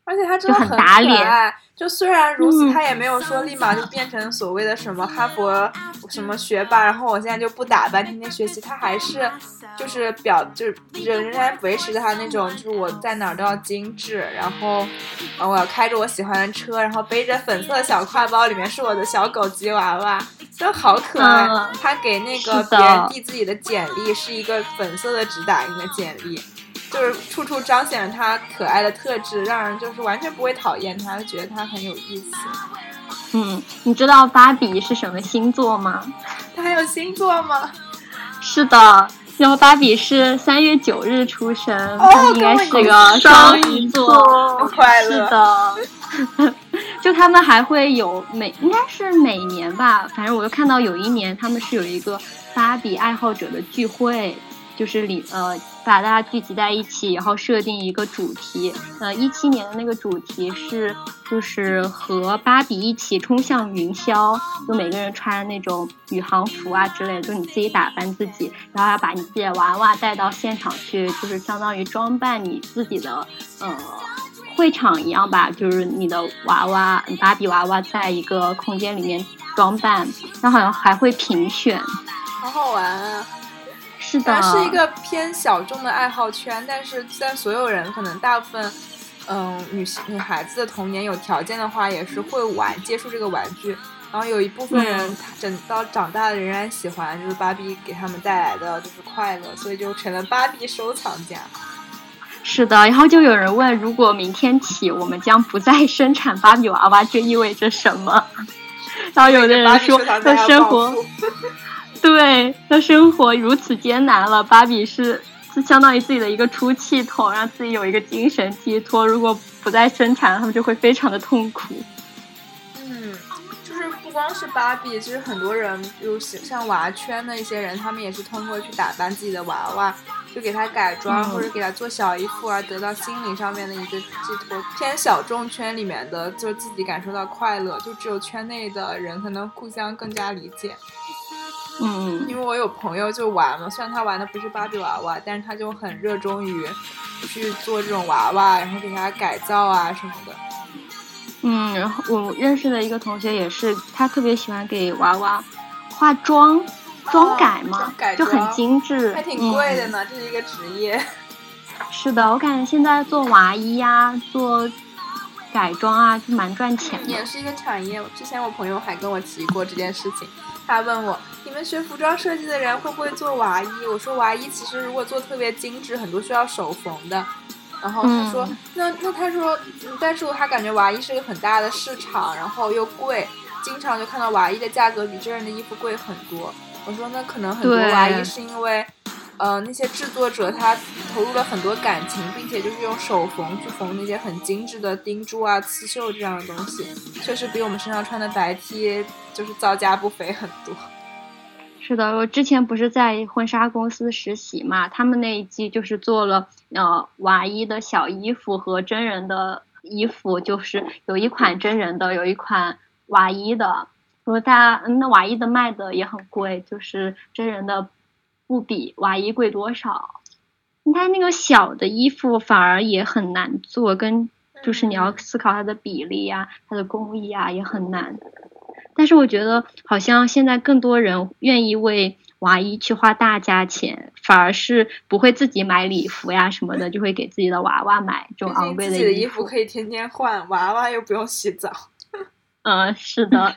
而且他真的很可打脸爱。就虽然如此， 嗯他也没有说立马就变成所谓的什么哈佛什么学霸，然后我现在就不打扮，天天学习。他还是就是表就是仍然维持着他那种，就是我在哪儿都要精致，然后呃我要开着我喜欢的车，然后背着粉色的小挎包，里面是我的小狗吉娃娃，真的好可爱。 嗯他给那个是的别人递自己的简历是一个粉色的直打印的简历。就是处处彰显了他可爱的特质，让人就是完全不会讨厌他，觉得他很有意思。 嗯，你知道芭比是什么星座吗？ 他还有星座吗？ 是的，然后芭比是三月九日出生， 哦， 她应该是个双鱼座， 很快乐。 是的。就他们还会有每应该是每年吧，反正我就看到有一年他们是有一个芭比爱好者的聚会。就是里呃把大家聚集在一起，然后设定一个主题。呃，一七年的那个主题是就是和芭比一起冲向云霄，就每个人穿那种宇航服啊之类的，就你自己打扮自己，然后要把你自己的娃娃带到现场去，就是相当于装扮你自己的呃会场一样吧，就是你的娃娃芭比娃娃在一个空间里面装扮，然后好像还会评选， 好好玩啊！ 是的， 是一个偏小众的爱好圈，但是在所有人可能大部分，嗯，女女孩子的童年有条件的话，也是会玩接触这个玩具。然后有一部分人，等到长大的仍然喜欢，就是芭比给他们带来的就是快乐，所以就成了芭比收藏家。 是的，然后就有人问，如果明天起我们将不再生产芭比娃娃，这意味着什么？然后有的人说，的生活。对，那生活如此艰难了，芭比是相当于自己的一个出气筒，让自己有一个精神寄托。如果不再生产，他们就会非常的痛苦。 嗯，就是不光是芭比，其实很多人，比如像娃圈的一些人，他们也是通过去打扮自己的娃娃，就给他改装、嗯、或者给他做小衣服而得到心灵上面的一个寄托。偏小众圈里面的，就自己感受到快乐，就只有圈内的人可能互相更加理解。 嗯， 因为我有朋友就玩嘛，虽然他玩的不是芭比娃娃，但是他就很热衷于去做这种娃娃，然后给他改造啊什么的。 嗯，然后我认识的一个同学也是，他特别喜欢给娃娃化妆、妆改嘛， 哦、 就很精致， 还挺贵的呢、嗯，这是一个职业。 是的，我感觉现在做娃衣啊，做改装啊，就蛮赚钱的、嗯， 也是一个产业。之前我朋友还跟我提过这件事情。他问我，你们学服装设计的人会不会做娃衣？我说娃衣其实如果做特别精致，很多需要手缝的。然后他说，嗯、那那他说，但是他感觉娃衣是个很大的市场，然后又贵，经常就看到娃衣的价格比真人的衣服贵很多。我说那可能很多娃衣是因为，呃，那些制作者他投入了很多感情，并且就是用手缝去缝那些很精致的钉珠啊、刺绣这样的东西，确实比我们身上穿的白 T就是造价不菲很多。 是的，我之前不是在婚纱公司实习嘛，他们那一季就是做了呃娃衣的小衣服和真人的衣服，就是有一款真人的，有一款娃衣的。说大家那娃衣的卖的也很贵，就是真人的不比娃衣贵多少。它那个小的衣服反而也很难做，跟就是你要思考它的比例啊，它的工艺啊也很难。但是我觉得好像现在更多人愿意为娃衣去花大价钱，反而是不会自己买礼服呀什么的，就会给自己的娃娃买这种昂贵的衣服。 自己的衣服可以天天换，娃娃又不用洗澡。 嗯，是的。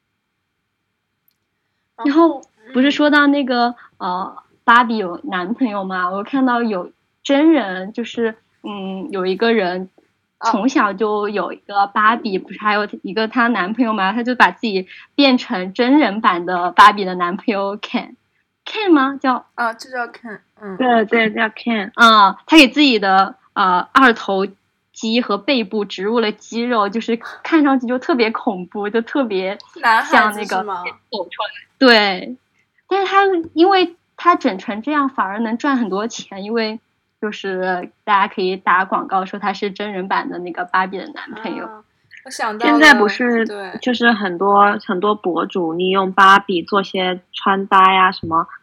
然后不是说到那个呃芭比有男朋友吗？我看到有真人，就是嗯有一个人从小就有一个芭比，不是还有一个她男朋友吗？他就把自己变成真人版的芭比的男朋友 Ken Ken 吗？叫啊，就叫 Ken， 嗯， 对对叫 Ken， 嗯，他给自己的呃二头肌和背部植入了肌肉，就是看上去就特别恐怖，就特别像那个走出来。对，但是他因为他整成这样反而能赚很多钱，因为就是大家可以打广告说他是真人版的那个芭比的男朋友。 啊，我想到现在不是对， 就是很多很多博主利用芭比做些穿搭呀什么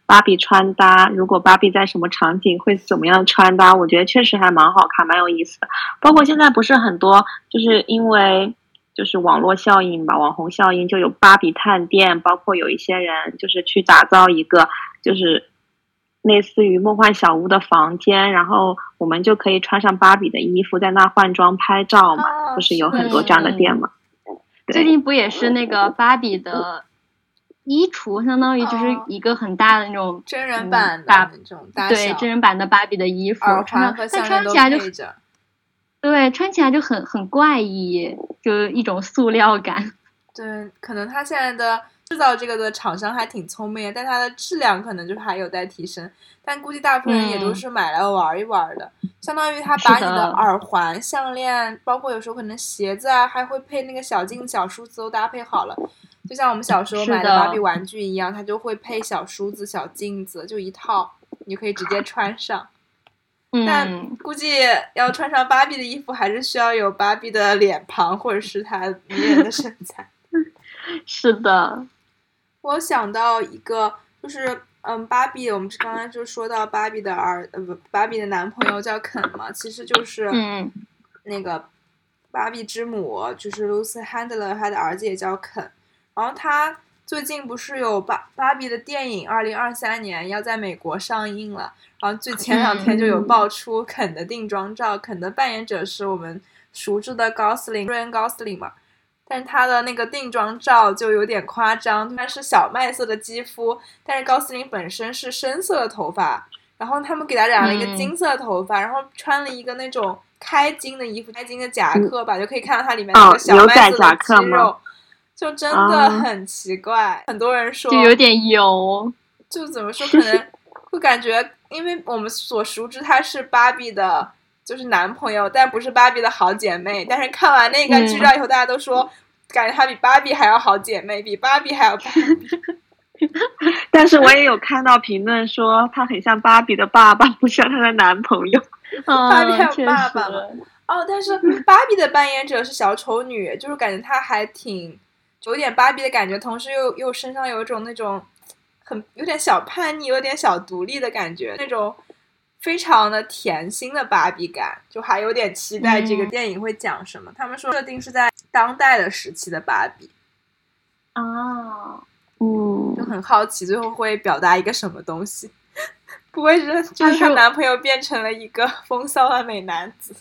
芭比穿搭，如果芭比在什么场景会怎么样穿搭，我觉得确实还蛮好看，蛮有意思的。包括现在不是很多，就是因为就是网络效应吧，网红效应，就有芭比探店，包括有一些人就是去打造一个就是类似于梦幻小屋的房间，然后我们就可以穿上芭比的衣服在那换装拍照嘛， 哦、 不是有很多这样的店吗？ 最近不也是那个芭比的衣橱，相当于就是一个很大的那种、 哦、真人版的那种大小，对，真人版的芭比的衣服， 耳环和项链都配着， 对，穿起来就很很怪异，就一种塑料感。 对，可能他现在的制造这个的厂商还挺聪明的，但它的质量可能就还有待提升。但估计大部分人也都是买来玩一玩的，嗯、相当于他把你的耳环、项链，包括有时候可能鞋子啊，还会配那个小镜子、小梳子都搭配好了。就像我们小时候买的芭比玩具一样，它就会配小梳子、小镜子，就一套，你可以直接穿上。 嗯、 但估计要穿上芭比的衣服，还是需要有芭比的脸庞或者是她迷人的身材。 是的， 我想到一个，就是嗯，芭比，我们刚才就说到芭比的儿呃不，芭比的男朋友叫肯嘛，其实就是嗯那个芭比之母，就是 Lucy Handler， 她的儿子也叫肯。然后他最近不是有芭芭比的电影，二零二三年要在美国上映了。然后最前两天就有爆出肯的定妆照，嗯、肯的扮演者是我们熟知的高斯林，瑞恩高斯林嘛。但是他的那个定妆照就有点夸张，虽然是小麦色的肌肤，但是高斯林本身是深色的头发，然后他们给他染了一个金色的头发，嗯、然后穿了一个那种开襟的衣服，开襟的夹克吧，嗯、就可以看到它里面那个小麦色的肌肉，哦、就真的很奇怪。嗯、很多人说就有点油， 就怎么说，可能会感觉，因为我们所熟知他是芭比的。就是男朋友，但不是芭比的好姐妹。但是看完那个剧照以后，嗯、大家都说，感觉她比芭比还要好姐妹，比芭比还要芭比。 但是我也有看到评论说，她很像芭比的爸爸，不像她的男朋友。 哦、 芭比还有爸爸吗？哦，但是芭比的扮演者是小丑女，就是感觉她还挺有点芭比的感觉，同时又又身上有一种那种很有点小叛逆、有点小独立的感觉，那种。非常的甜心的芭比感，就还有点期待这个电影会讲什么。嗯、他们说设定是在当代的时期的芭比， 哦， 嗯， 就很好奇最后会表达一个什么东西。不会是就是她男朋友变成了一个风骚的美男子？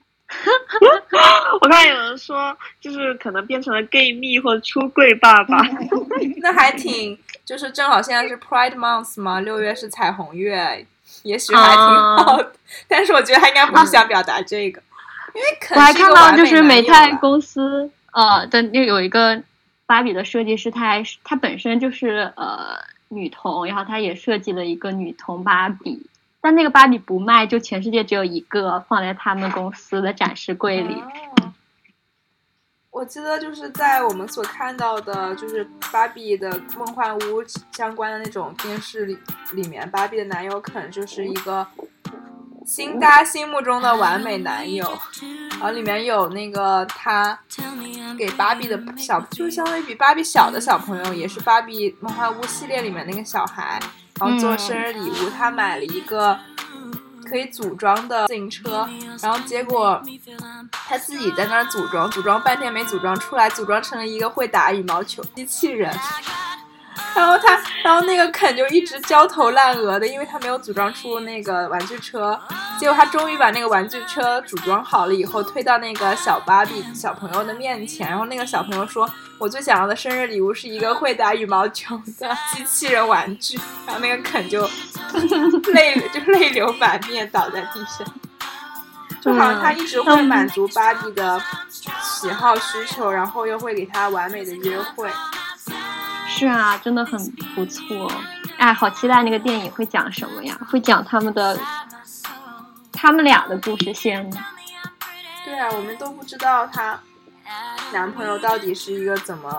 我看有人说，就是可能变成了 gay 蜜或者出柜爸爸。 那还挺，就是正好现在是 Pride Month 嘛，六月是彩虹月。也许还挺好的，uh, 但是我觉得他应该不是想表达这个，因为肯我还看到就是美泰公司呃的那有一个芭比的设计师，他还他本身就是呃女童，然后他也设计了一个女童芭比，但那个芭比不卖，就全世界只有一个，放在他们公司的展示柜里。 Uh. 我记得就是在我们所看到的，就是芭比的梦幻屋相关的那种电视里里面，芭比的男友肯就是一个心大家心目中的完美男友，然后里面有那个他给芭比的小，就相当于比芭比小的小朋友，也是芭比梦幻屋系列里面那个小孩，然后做生日礼物，他买了一个可以组装的自行车，然后结果他自己在那儿组装，组装半天没组装出来，组装成了一个会打羽毛球机器人。然后他，然后那个肯就一直焦头烂额的，因为他没有组装出那个玩具车。结果他终于把那个玩具车组装好了以后，推到那个小芭比小朋友的面前，然后那个小朋友说：“我最想要的生日礼物是一个会打羽毛球的机器人玩具。”然后那个肯就泪就泪流满面，倒在地上。就好像他一直会满足芭比的喜好需求，然后又会给他完美的约会。 是啊，真的很不错。哎，好期待那个电影会讲什么呀？会讲他们的他们俩的故事线呢？ 对啊，我们都不知道她男朋友到底是一个怎么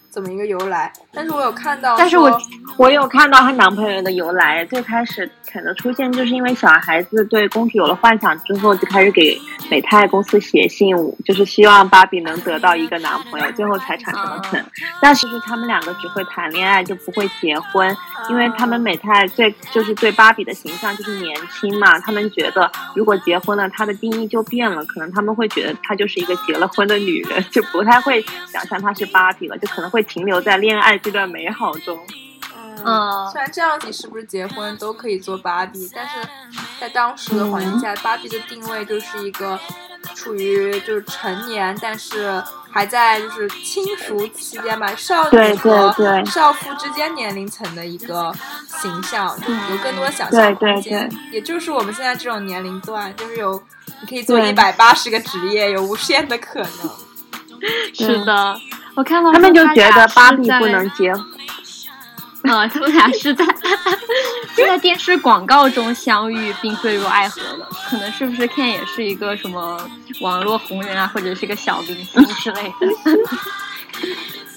怎么一个由来。但是我有看到， 但是我我有看到她男朋友的由来，最开始可能出现就是因为小孩子对公主有了幻想之后，就开始给美泰公司写信，就是希望芭比能得到一个男朋友，最后才产生了肯。但其实他们两个只会谈恋爱，就不会结婚，因为他们美泰最就是对芭比的形象就是年轻嘛，他们觉得如果结婚了，她的定义就变了，可能他们会觉得她就是一个结了婚的女人，就不太会想象她是芭比了，就可能会停留在恋爱这段美好中。 嗯，虽然这样你是不是结婚都可以做芭比，但是在当时的环境下，芭比的定位就是一个处于就是成年，但是还在就是轻熟期间吧，少女和少妇之间年龄层的一个形象，就有更多的想象空间。也就是我们现在这种年龄段，就是有你可以做一百八十个职业，有无限的可能。 是的，我看到他们就觉得芭比不能结婚。 呃，他们俩是在是在电视广告中相遇并坠入爱河的，可能是不是 Ken 也是一个什么网络红人啊，或者是个小明星之类的。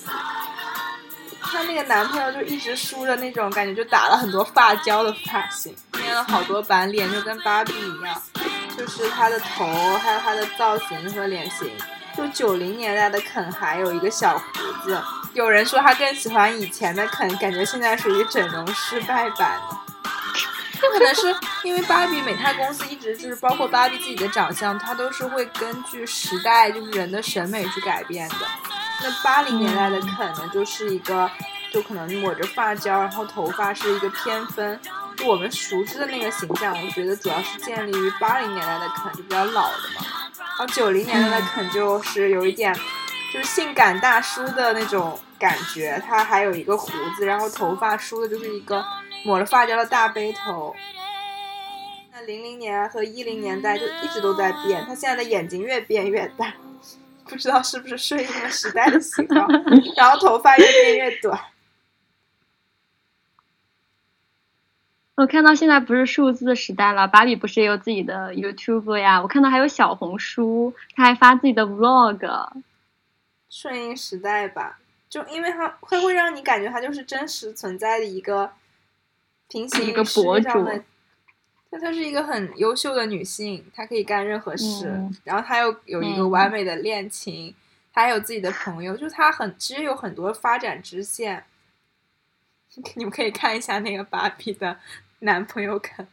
她那个男朋友就一直梳着那种感觉就打了很多发胶的发型，捏了好多版脸，就跟芭比一样，就是她的头还有她的造型和脸型。就九零年代的肯还有一个小胡子，有人说他更喜欢以前的肯，感觉现在属于整容失败版的。就可能是因为芭比美泰公司一直就是包括芭比自己的长相，它都是会根据时代就是人的审美去改变的。那八零年代的肯呢，就是一个就可能抹着发胶，然后头发是一个偏分，就我们熟知的那个形象，我觉得主要是建立于八零年代的肯，就比较老的嘛。然后九零年代的肯就是有一点就是性感大叔的那种感觉，他还有一个胡子，然后头发梳的就是一个抹了发胶的大背头。那零零年和一零年代就一直都在变，他现在的眼睛越变越大，不知道是不是顺应了时代的喜好，然后头发越变越短。 我看到现在不是数字时代了，芭比不是也有自己的 YouTube 呀？我看到还有小红书，他还发自己的 Vlog。 顺应时代吧，就因为它会会让你感觉它就是真实存在的一个平行一个博主， 就她是一个很优秀的女性，她可以干任何事， 嗯、 然后她又有一个完美的恋情，嗯、她还有自己的朋友，就她很其实有很多发展支线。你们可以看一下那个芭比的男朋友肯。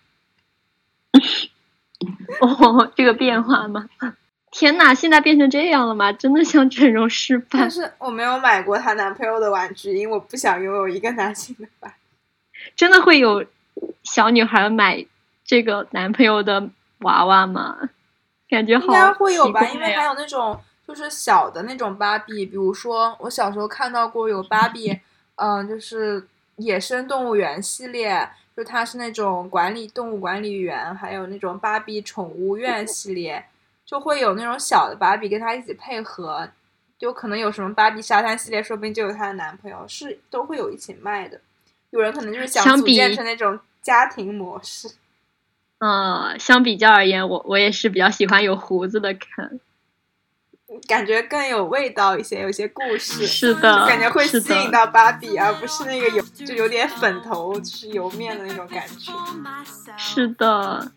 哦，这个变化吗？天哪，现在变成这样了吗？真的像整容失败。 但是我没有买过她男朋友的玩具，因为我不想拥有一个男性的芭比。 真的会有小女孩买这个男朋友的娃娃吗？感觉好应该会有吧， 因为还有那种就是小的那种芭比，比如说我小时候看到过有芭比，嗯、呃，就是野生动物园系列，就它是那种管理动物管理员，还有那种芭比宠物院系列，就会有那种小的芭比跟它一起配合，就可能有什么芭比沙滩系列，说不定就有她的男朋友，是都会有一起卖的。有人可能就是想组建成那种家庭模式。 嗯，相比较而言，我我也是比较喜欢有胡子的肯， 感觉更有味道一些，有些故事。 是的， 感觉会吸引到芭比，而不是那个有就有点粉头就是油面的那种感觉。 是的。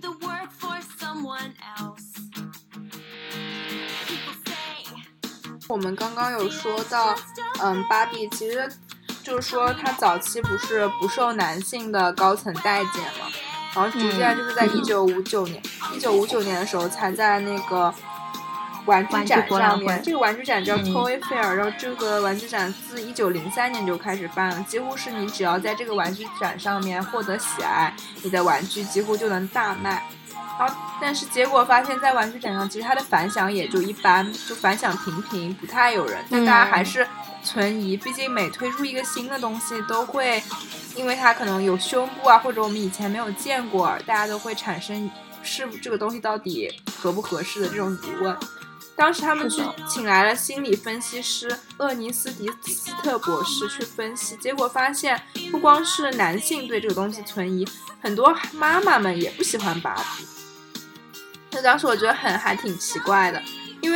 我们刚刚有说到，嗯，芭比其实就是说她早期不是不受男性的高层待见嘛，然后逐渐就是在一九五九年，一九五九年的时候才在那个玩具展上面，这个玩具展叫 Toy Fair，、嗯、然后这个玩具展自一九零三年就开始办了，几乎是你只要在这个玩具展上面获得喜爱，你的玩具几乎就能大卖。然后，但是结果发现，在玩具展上，其实它的反响也就一般，就反响平平，不太有人。但大家还是存疑，毕竟每推出一个新的东西，都会因为它可能有胸部啊，或者我们以前没有见过，大家都会产生是这个东西到底合不合适的这种疑问。当时他们去请来了心理分析师厄尼斯迪斯特博士去分析，结果发现不光是男性对这个东西存疑，很多妈妈们也不喜欢芭比。那当时我觉得很还挺奇怪的，因为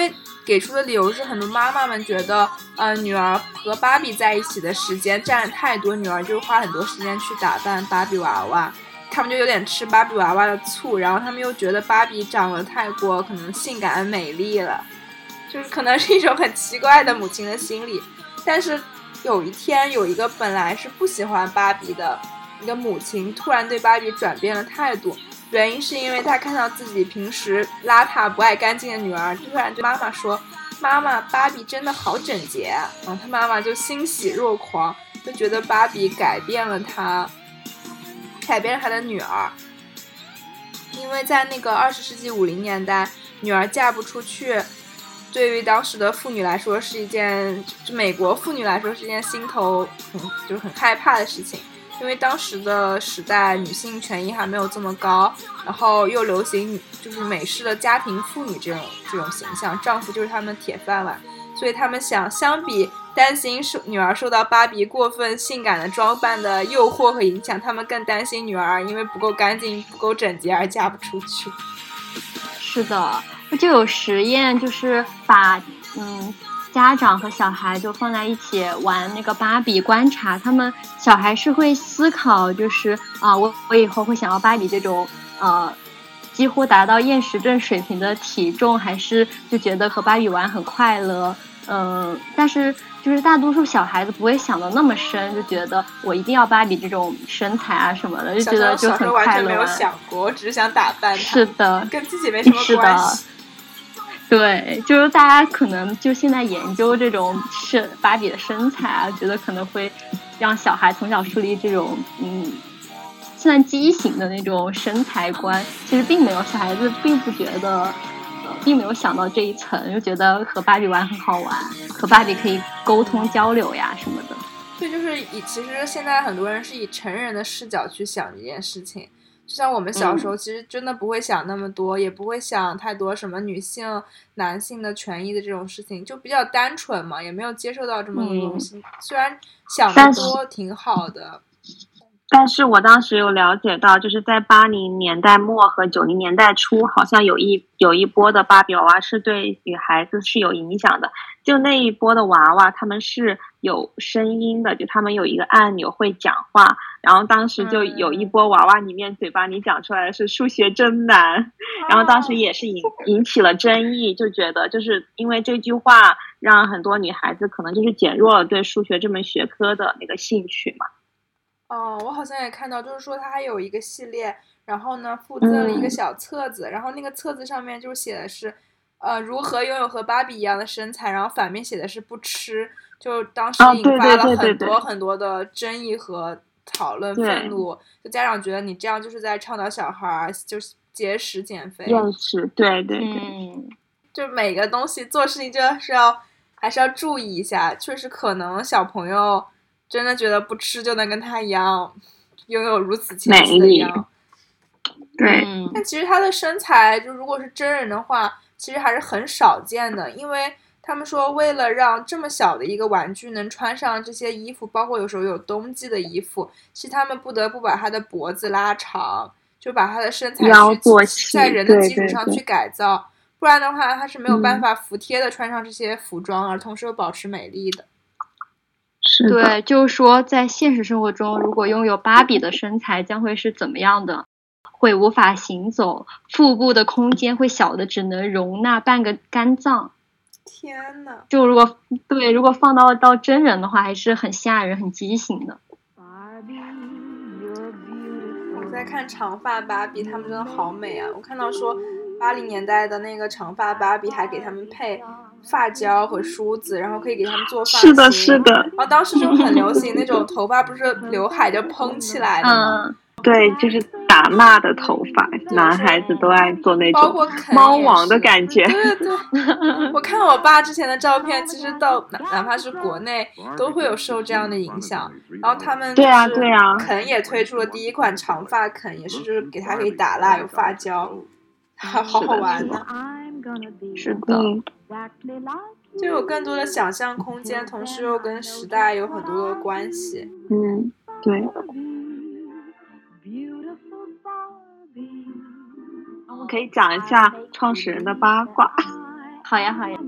给出的理由是很多妈妈们觉得，呃，女儿和芭比在一起的时间占了太多，女儿就花很多时间去打扮芭比娃娃，他们就有点吃芭比娃娃的醋，然后他们又觉得芭比长得太过可能性感美丽了，就是可能是一种很奇怪的母亲的心理。但是有一天，有一个本来是不喜欢芭比的一个母亲，突然对芭比转变了态度。原因是因为他看到自己平时邋遢不爱干净的女儿突然对妈妈说，妈妈，芭比真的好整洁啊。然后他妈妈就欣喜若狂，就觉得芭比改变了他改变了他的女儿。因为在那个二十世纪五零年代，女儿嫁不出去对于当时的妇女来说是一件，就美国妇女来说是一件心头很就是很害怕的事情。因为当时的时代女性权益还没有这么高，然后又流行就是美式的家庭妇女这种这种形象，丈夫就是他们铁饭碗，所以他们想相比担心受女儿受到芭比过分性感的装扮的诱惑和影响，他们更担心女儿因为不够干净不够整洁而嫁不出去。 是的，就有实验就是把嗯家长和小孩就放在一起玩那个芭比，观察他们小孩是会思考，就是啊、呃，我我以后会想要芭比这种呃几乎达到厌食症水平的体重，还是就觉得和芭比玩很快乐。嗯、呃，但是就是大多数小孩子不会想的那么深，就觉得我一定要芭比这种身材啊什么的，就觉得就很快乐。 完全没有想过，我只是想打扮她。 是的， 跟自己没什么关系。 对，就是大家可能就现在研究这种是芭比的身材啊，觉得可能会让小孩从小树立这种嗯，算畸形的那种身材观。其实并没有，小孩子并不觉得，呃，并没有想到这一层，就觉得和芭比玩很好玩，和芭比可以沟通交流呀什么的。 对，就是以其实现在很多人是以成人的视角去想这件事情。就像我们小时候其实真的不会想那么多、嗯、也不会想太多什么女性男性的权益的这种事情，就比较单纯嘛，也没有接受到这么多东西、嗯、虽然想得多挺好的。 但是我当时有了解到，就是在八零年代末和九零年代初，好像有一有一波的芭比娃娃是对女孩子是有影响的。就那一波的娃娃，他们是有声音的，就他们有一个按钮会讲话。然后当时就有一波娃娃里面嘴巴里讲出来的是数学真难，嗯、然后当时也是引引起了争议，就觉得就是因为这句话让很多女孩子可能就是减弱了对数学这门学科的那个兴趣嘛。 哦，我好像也看到，就是说它还有一个系列，然后呢附赠了一个小册子、嗯、然后那个册子上面就写的是呃如何拥有和芭比一样的身材，然后反面写的是不吃，就当时引发了很多很多的争议和讨论愤怒，就家长觉得你这样就是在倡导小孩就是节食减肥， 厌食，对对对、 嗯， 就每个东西做事情就是要还是要注意一下，确实可能小朋友真的觉得不吃就能跟他一样拥有如此清晰的样， 对、 嗯，但其实他的身材就如果是真人的话其实还是很少见的，因为他们说为了让这么小的一个玩具能穿上这些衣服，包括有时候有冬季的衣服，其实他们不得不把他的脖子拉长，就把他的身材去在人的基础上去改造，对对对，不然的话他是没有办法服帖的穿上这些服装、嗯、而同时又保持美丽的。 是的， 对，就是说在现实生活中如果拥有芭比的身材将会是怎么样的，会无法行走，腹部的空间会小的只能容纳半个肝脏。 天哪， 就如果对如果放到到真人的话还是很吓人很畸形的。 我在看长发芭比，他们真的好美啊！我看到说八零年代的那个长发芭比还给他们配发胶和梳子，然后可以给他们做发型。 是的是的， 然后当时就很流行那种头发不是刘海就蓬起来的吗、 嗯、 对，就是打骂的头发，男孩子都爱做那种猫王的感觉。 对对对，我看我爸之前的照片，其实到哪哪怕是国内都会有受这样的影响。然后他们对啊对啊， 肯也推出了第一款长发肯，也是就是给它可以打蜡有发胶，好好玩呢。 是的， 就有更多的想象空间，同时又跟时代有很多的关系。 嗯，对。我们可以讲一下创始人的八卦。 好呀好呀。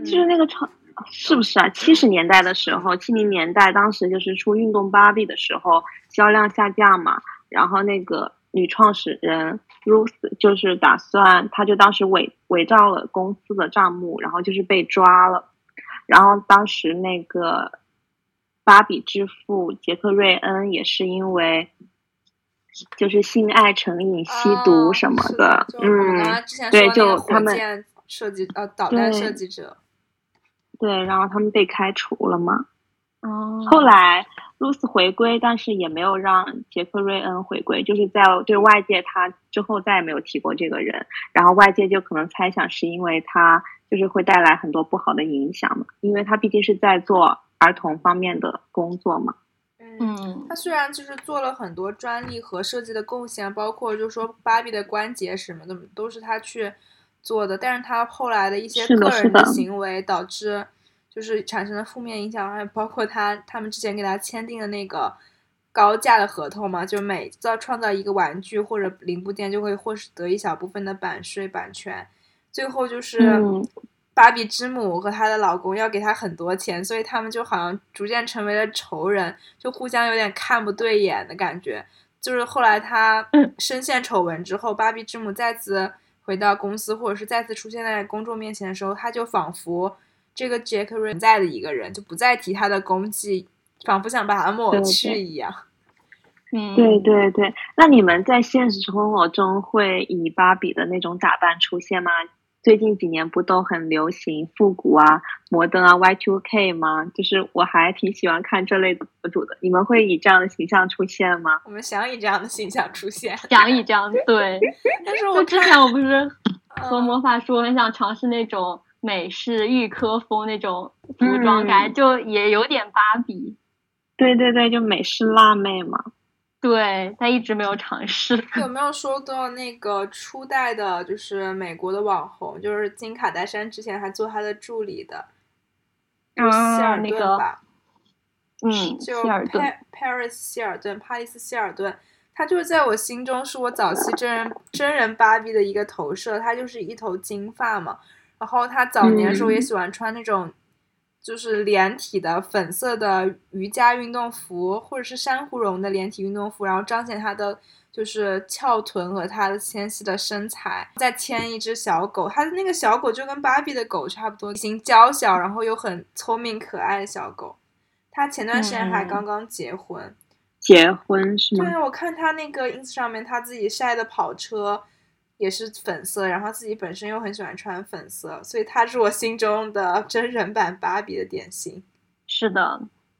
就是那个超是不是啊？七十年代的时候，七零年代当时就是出运动芭比的时候，销量下降嘛，然后那个女创始人 Ruth 就是打算，她就当时伪伪造了公司的账目，然后就是被抓了，然后当时那个芭比之父杰克瑞恩也是因为就是性爱成瘾、吸毒什么的， 哦、嗯， 对，就他们设计呃导弹设计者， 对，然后他们被开除了嘛。 哦， 后来 Ruth 回归，但是也没有让杰克瑞恩回归，就是在对外界他之后再也没有提过这个人，然后外界就可能猜想是因为他就是会带来很多不好的影响嘛，因为他毕竟是在做儿童方面的工作嘛。 嗯，他虽然就是做了很多专利和设计的贡献，包括就是说芭比的关节什么的都是他去做的，但是他后来的一些个人的行为导致就是产生了负面影响，还包括他他们之前给他签订的那个高价的合同嘛，就每造创造一个玩具或者零部件就会获得一小部分的版税版权，最后就是芭比之母和她的老公要给她很多钱，所以他们就好像逐渐成为了仇人，就互相有点看不对眼的感觉。就是后来她深陷丑闻之后，芭比之母再次回到公司或者是再次出现在公众面前的时候，她就仿佛这个杰克瑞存在的一个人，就不再提他的功绩，仿佛想把他抹去一样。 嗯， 对对对。那你们在现实生活中会以芭比的那种打扮出现吗？最近几年不都很流行复古啊、摩登啊 Y 二 K 吗？就是我还挺喜欢看这类的博主的。你们会以这样的形象出现吗？ 我们想以这样的形象出现， 想以这样对。 但是我之前我不是和魔法说很想尝试那种美式预科风那种服装感、嗯、就也有点芭比。 对对对，就美式辣妹嘛。 对，但一直没有尝试。 有没有说到那个初代的就是美国的网红，就是金卡戴珊之前还做她的助理的，就是希尔顿吧、 那个、嗯， 就希尔顿 Paris 希尔顿帕里斯希尔顿，他就是在我心中是我早期真人真人芭比的一个投射，他就是一头金发嘛，然后他早年的时候也喜欢穿那种就是连体的粉色的瑜伽运动服，或者是珊瑚绒的连体运动服，然后彰显他的就是翘臀和他的纤细的身材，再牵一只小狗，他的那个小狗就跟芭比的狗差不多，体型娇小，然后又很聪明可爱的小狗。他前段时间还刚刚结婚、嗯、 结婚是吗？ 对，我看他那个 ins 上面他自己晒的跑车也是粉色，然后自己本身又很喜欢穿粉色，所以他是我心中的真人版芭比的典型。 是的，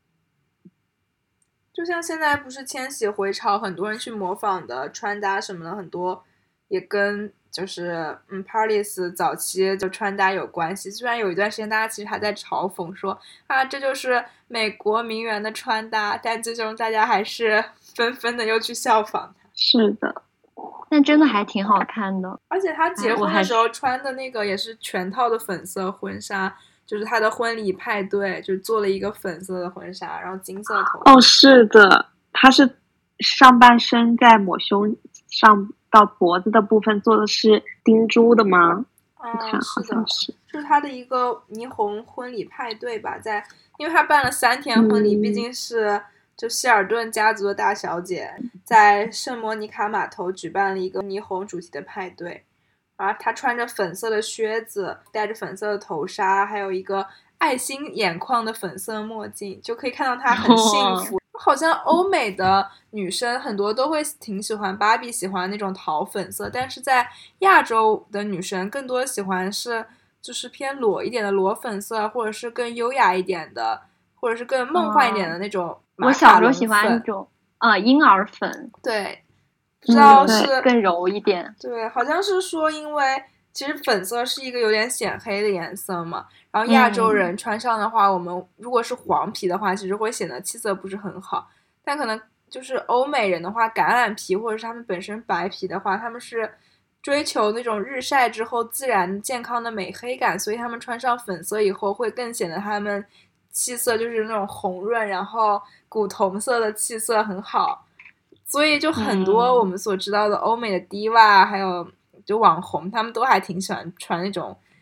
就像现在不是千禧回潮，很多人去模仿的穿搭什么的，很多也跟就是嗯 Paris 早期就穿搭有关系。虽然有一段时间大家其实还在嘲讽说啊这就是美国名媛的穿搭，但最终大家还是纷纷的又去效仿它。 是的， 但真的还挺好看的。 而且他结婚的时候穿的那个也是全套的粉色婚纱，就是他的婚礼派对就做了一个粉色的婚纱，然后金色头哦，是的，他是上半身在抹胸上到脖子的部分做的是钉珠的吗？ 啊、 嗯， 是的， 是是他的一个霓虹婚礼派对吧，在因为他办了三天婚礼、嗯、毕竟是就希尔顿家族的大小姐，在圣莫妮卡码头举办了一个霓虹主题的派对，然后她穿着粉色的靴子，戴着粉色的头纱，还有一个爱心眼眶的粉色墨镜，就可以看到她很幸福、哦、好像欧美的女生很多都会挺喜欢芭比，喜欢那种桃粉色，但是在亚洲的女生更多喜欢是就是偏裸一点的裸粉色，或者是更优雅一点的，或者是更梦幻一点的那种马卡龙粉、 哦、我小时候喜欢那种啊婴儿粉， 对，不知道是、 嗯、更柔一点。 对，好像是说因为其实粉色是一个有点显黑的颜色嘛，然后亚洲人穿上的话、嗯、我们如果是黄皮的话其实会显得气色不是很好，但可能就是欧美人的话，橄榄皮或者是他们本身白皮的话，他们是追求那种日晒之后自然健康的美黑感，所以他们穿上粉色以后会更显得他们气色就是那种红润，然后古铜色的气色很好，所以就很多我们所知道的欧美的 diva、嗯、还有就网红他们都还挺喜欢穿那种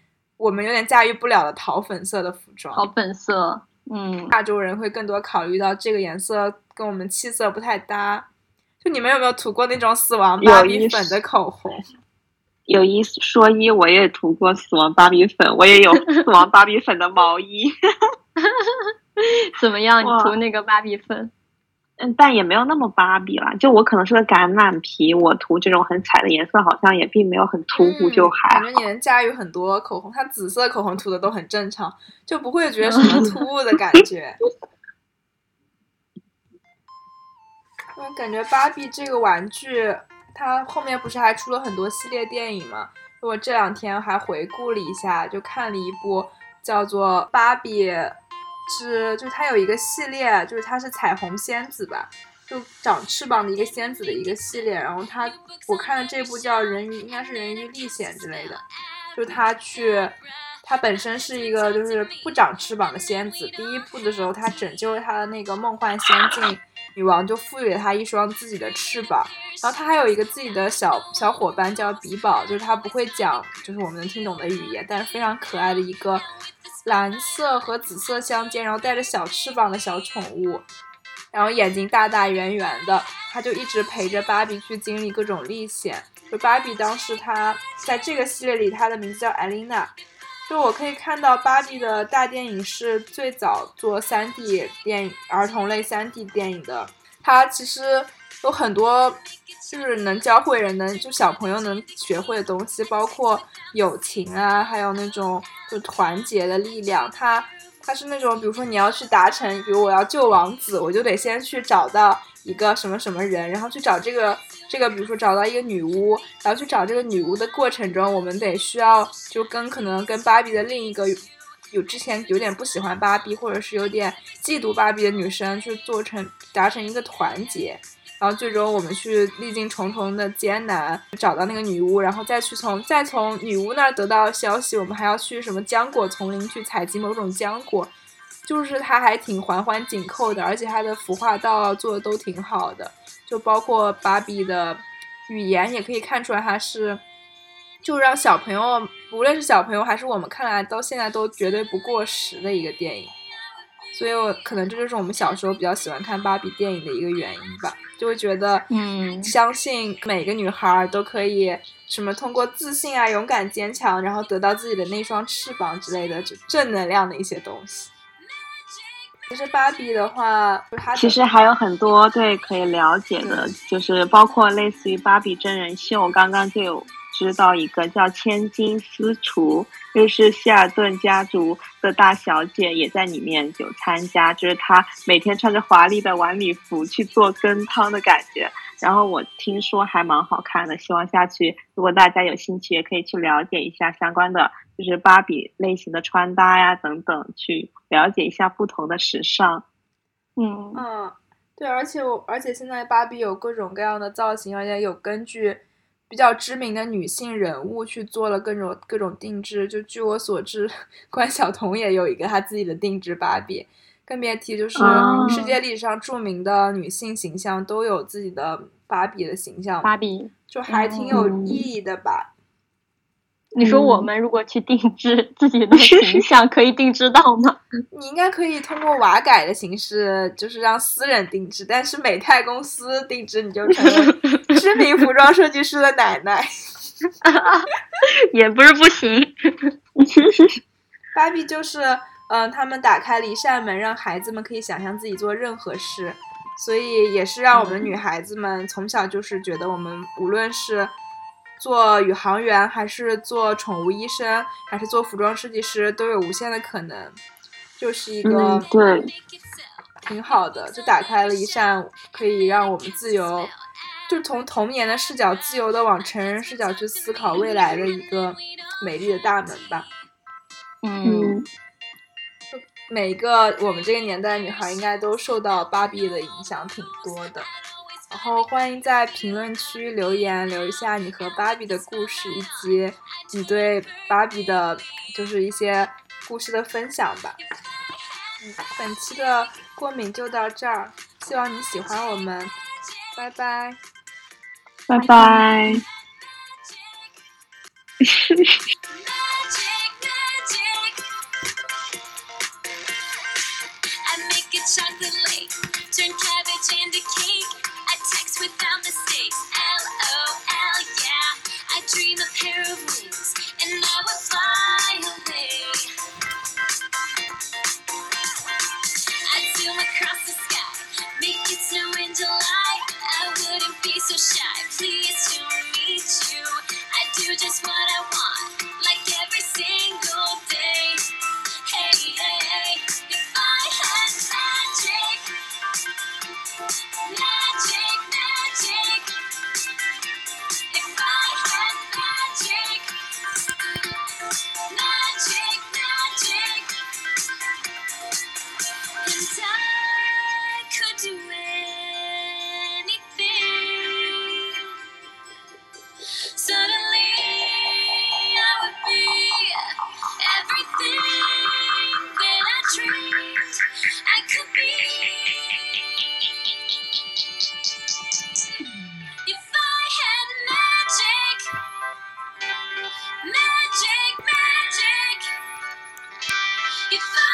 我们有点驾驭不了的桃粉色的服装。 桃粉色，嗯， 亚洲人会更多考虑到这个颜色跟我们气色不太搭。就你们有没有涂过那种死亡芭比粉的口红？ 有一说一，我也涂过死亡芭比粉，我也有死亡芭比粉的毛衣。 怎么样？你涂那个芭比粉？ 嗯，但也没有那么芭比啦。就我可能是个橄榄皮，我涂这种很彩的颜色，好像也并没有很突兀，嗯、就还好。 感觉你能驾驭很多口红，它紫色口红涂的都很正常，就不会觉得什么突兀的感觉。我感觉芭比这个玩具。它后面不是还出了很多系列电影吗？我这两天还回顾了一下，就看了一部叫做《芭比之》，就是它有一个系列，就是它是彩虹仙子吧，就长翅膀的一个仙子的一个系列。然后它我看的这部叫《人鱼》，应该是《人鱼历险》之类的，就它去。她本身是一个就是不长翅膀的仙子，第一部的时候她拯救了她的那个梦幻仙境女王，就赋予了她一双自己的翅膀。然后她还有一个自己的小小伙伴叫比宝，就是她不会讲就是我们能听懂的语言，但是非常可爱的一个蓝色和紫色相间，然后带着小翅膀的小宠物，然后眼睛大大圆圆的，她就一直陪着芭比去经历各种历险。就芭比当时她在这个系列里，她的名字叫艾琳娜。就我可以看到芭比的大电影是最早做 三 D 电影儿童类 三 D 电影的，它其实有很多就是能教会人能就小朋友能学会的东西，包括友情啊，还有那种就团结的力量。它它是那种比如说你要去达成，比如我要救王子，我就得先去找到一个什么什么人，然后去找这个这个比如说找到一个女巫，然后去找这个女巫的过程中，我们得需要就跟可能跟芭比的另一个有之前有点不喜欢芭比或者是有点嫉妒芭比的女生去做成达成一个团结，然后最终我们去历经重重的艰难找到那个女巫，然后再去从再从女巫那儿得到消息，我们还要去什么浆果丛林去采集某种浆果，就是它还挺环环紧扣的，而且它的服化道做的都挺好的，就包括芭比的语言也可以看出来它是就让小朋友无论是小朋友还是我们看来到现在都绝对不过时的一个电影。所以我可能这就是我们小时候比较喜欢看芭比电影的一个原因吧，就会觉得嗯， 相信每个女孩都可以什么通过自信啊勇敢坚强然后得到自己的那双翅膀之类的就正能量的一些东西。其实芭比的话它其实还有很多对可以了解的，就是包括类似于芭比真人秀，刚刚就有知道一个叫千金私厨，就是希尔顿家族的大小姐也在里面有参加，就是她每天穿着华丽的晚礼服去做羹汤的感觉，然后我听说还蛮好看的，希望下去如果大家有兴趣也可以去了解一下相关的就是芭比类型的穿搭呀等等，去了解一下不同的时尚。 嗯嗯，对，而且我而且现在芭比有各种各样的造型，而且有根据比较知名的女性人物去做了各种各种定制，就据我所知关晓彤也有一个她自己的定制芭比，更别提就是世界历史上著名的女性形象都有自己的芭比的形象， 芭比就还挺有意义的吧。 你说我们如果去定制自己的形象可以定制到吗？ 你应该可以通过瓦改的形式就是让私人定制，但是美泰公司定制你就成为知名服装设计师的奶奶也不是不行芭比就是嗯，他们打开了一扇门，让孩子们可以想象自己做任何事，所以也是让我们女孩子们从小就是觉得我们无论是做宇航员还是做宠物医生还是做服装设计师都有无限的可能，就是一个、 嗯、对， 挺好的，就打开了一扇可以让我们自由就从童年的视角自由的往成人视角去思考未来的一个美丽的大门吧。 嗯， 每一个我们这个年代的女孩应该都受到芭比的影响挺多的，然后欢迎在评论区留言留一下你和芭比的故事，以及你对芭比的就是一些故事的分享吧。嗯，本期的过敏就到这儿，希望你喜欢我们，拜拜， 拜拜。 and a cake. I text without mistakes. LOL, yeah. I dream a pair of wings, and I would fly away. I'd zoom across the sky, make it snow in July. I wouldn't be so shy, pleased to meet you. I do just what I want, like every single day. Hey, hey, hey, if I had magic, magic, magic. If I had magic, magic, magic. And I could do anything. Suddenly I would be everything that I dreamed I could be. If I had magic, magic, magic. If I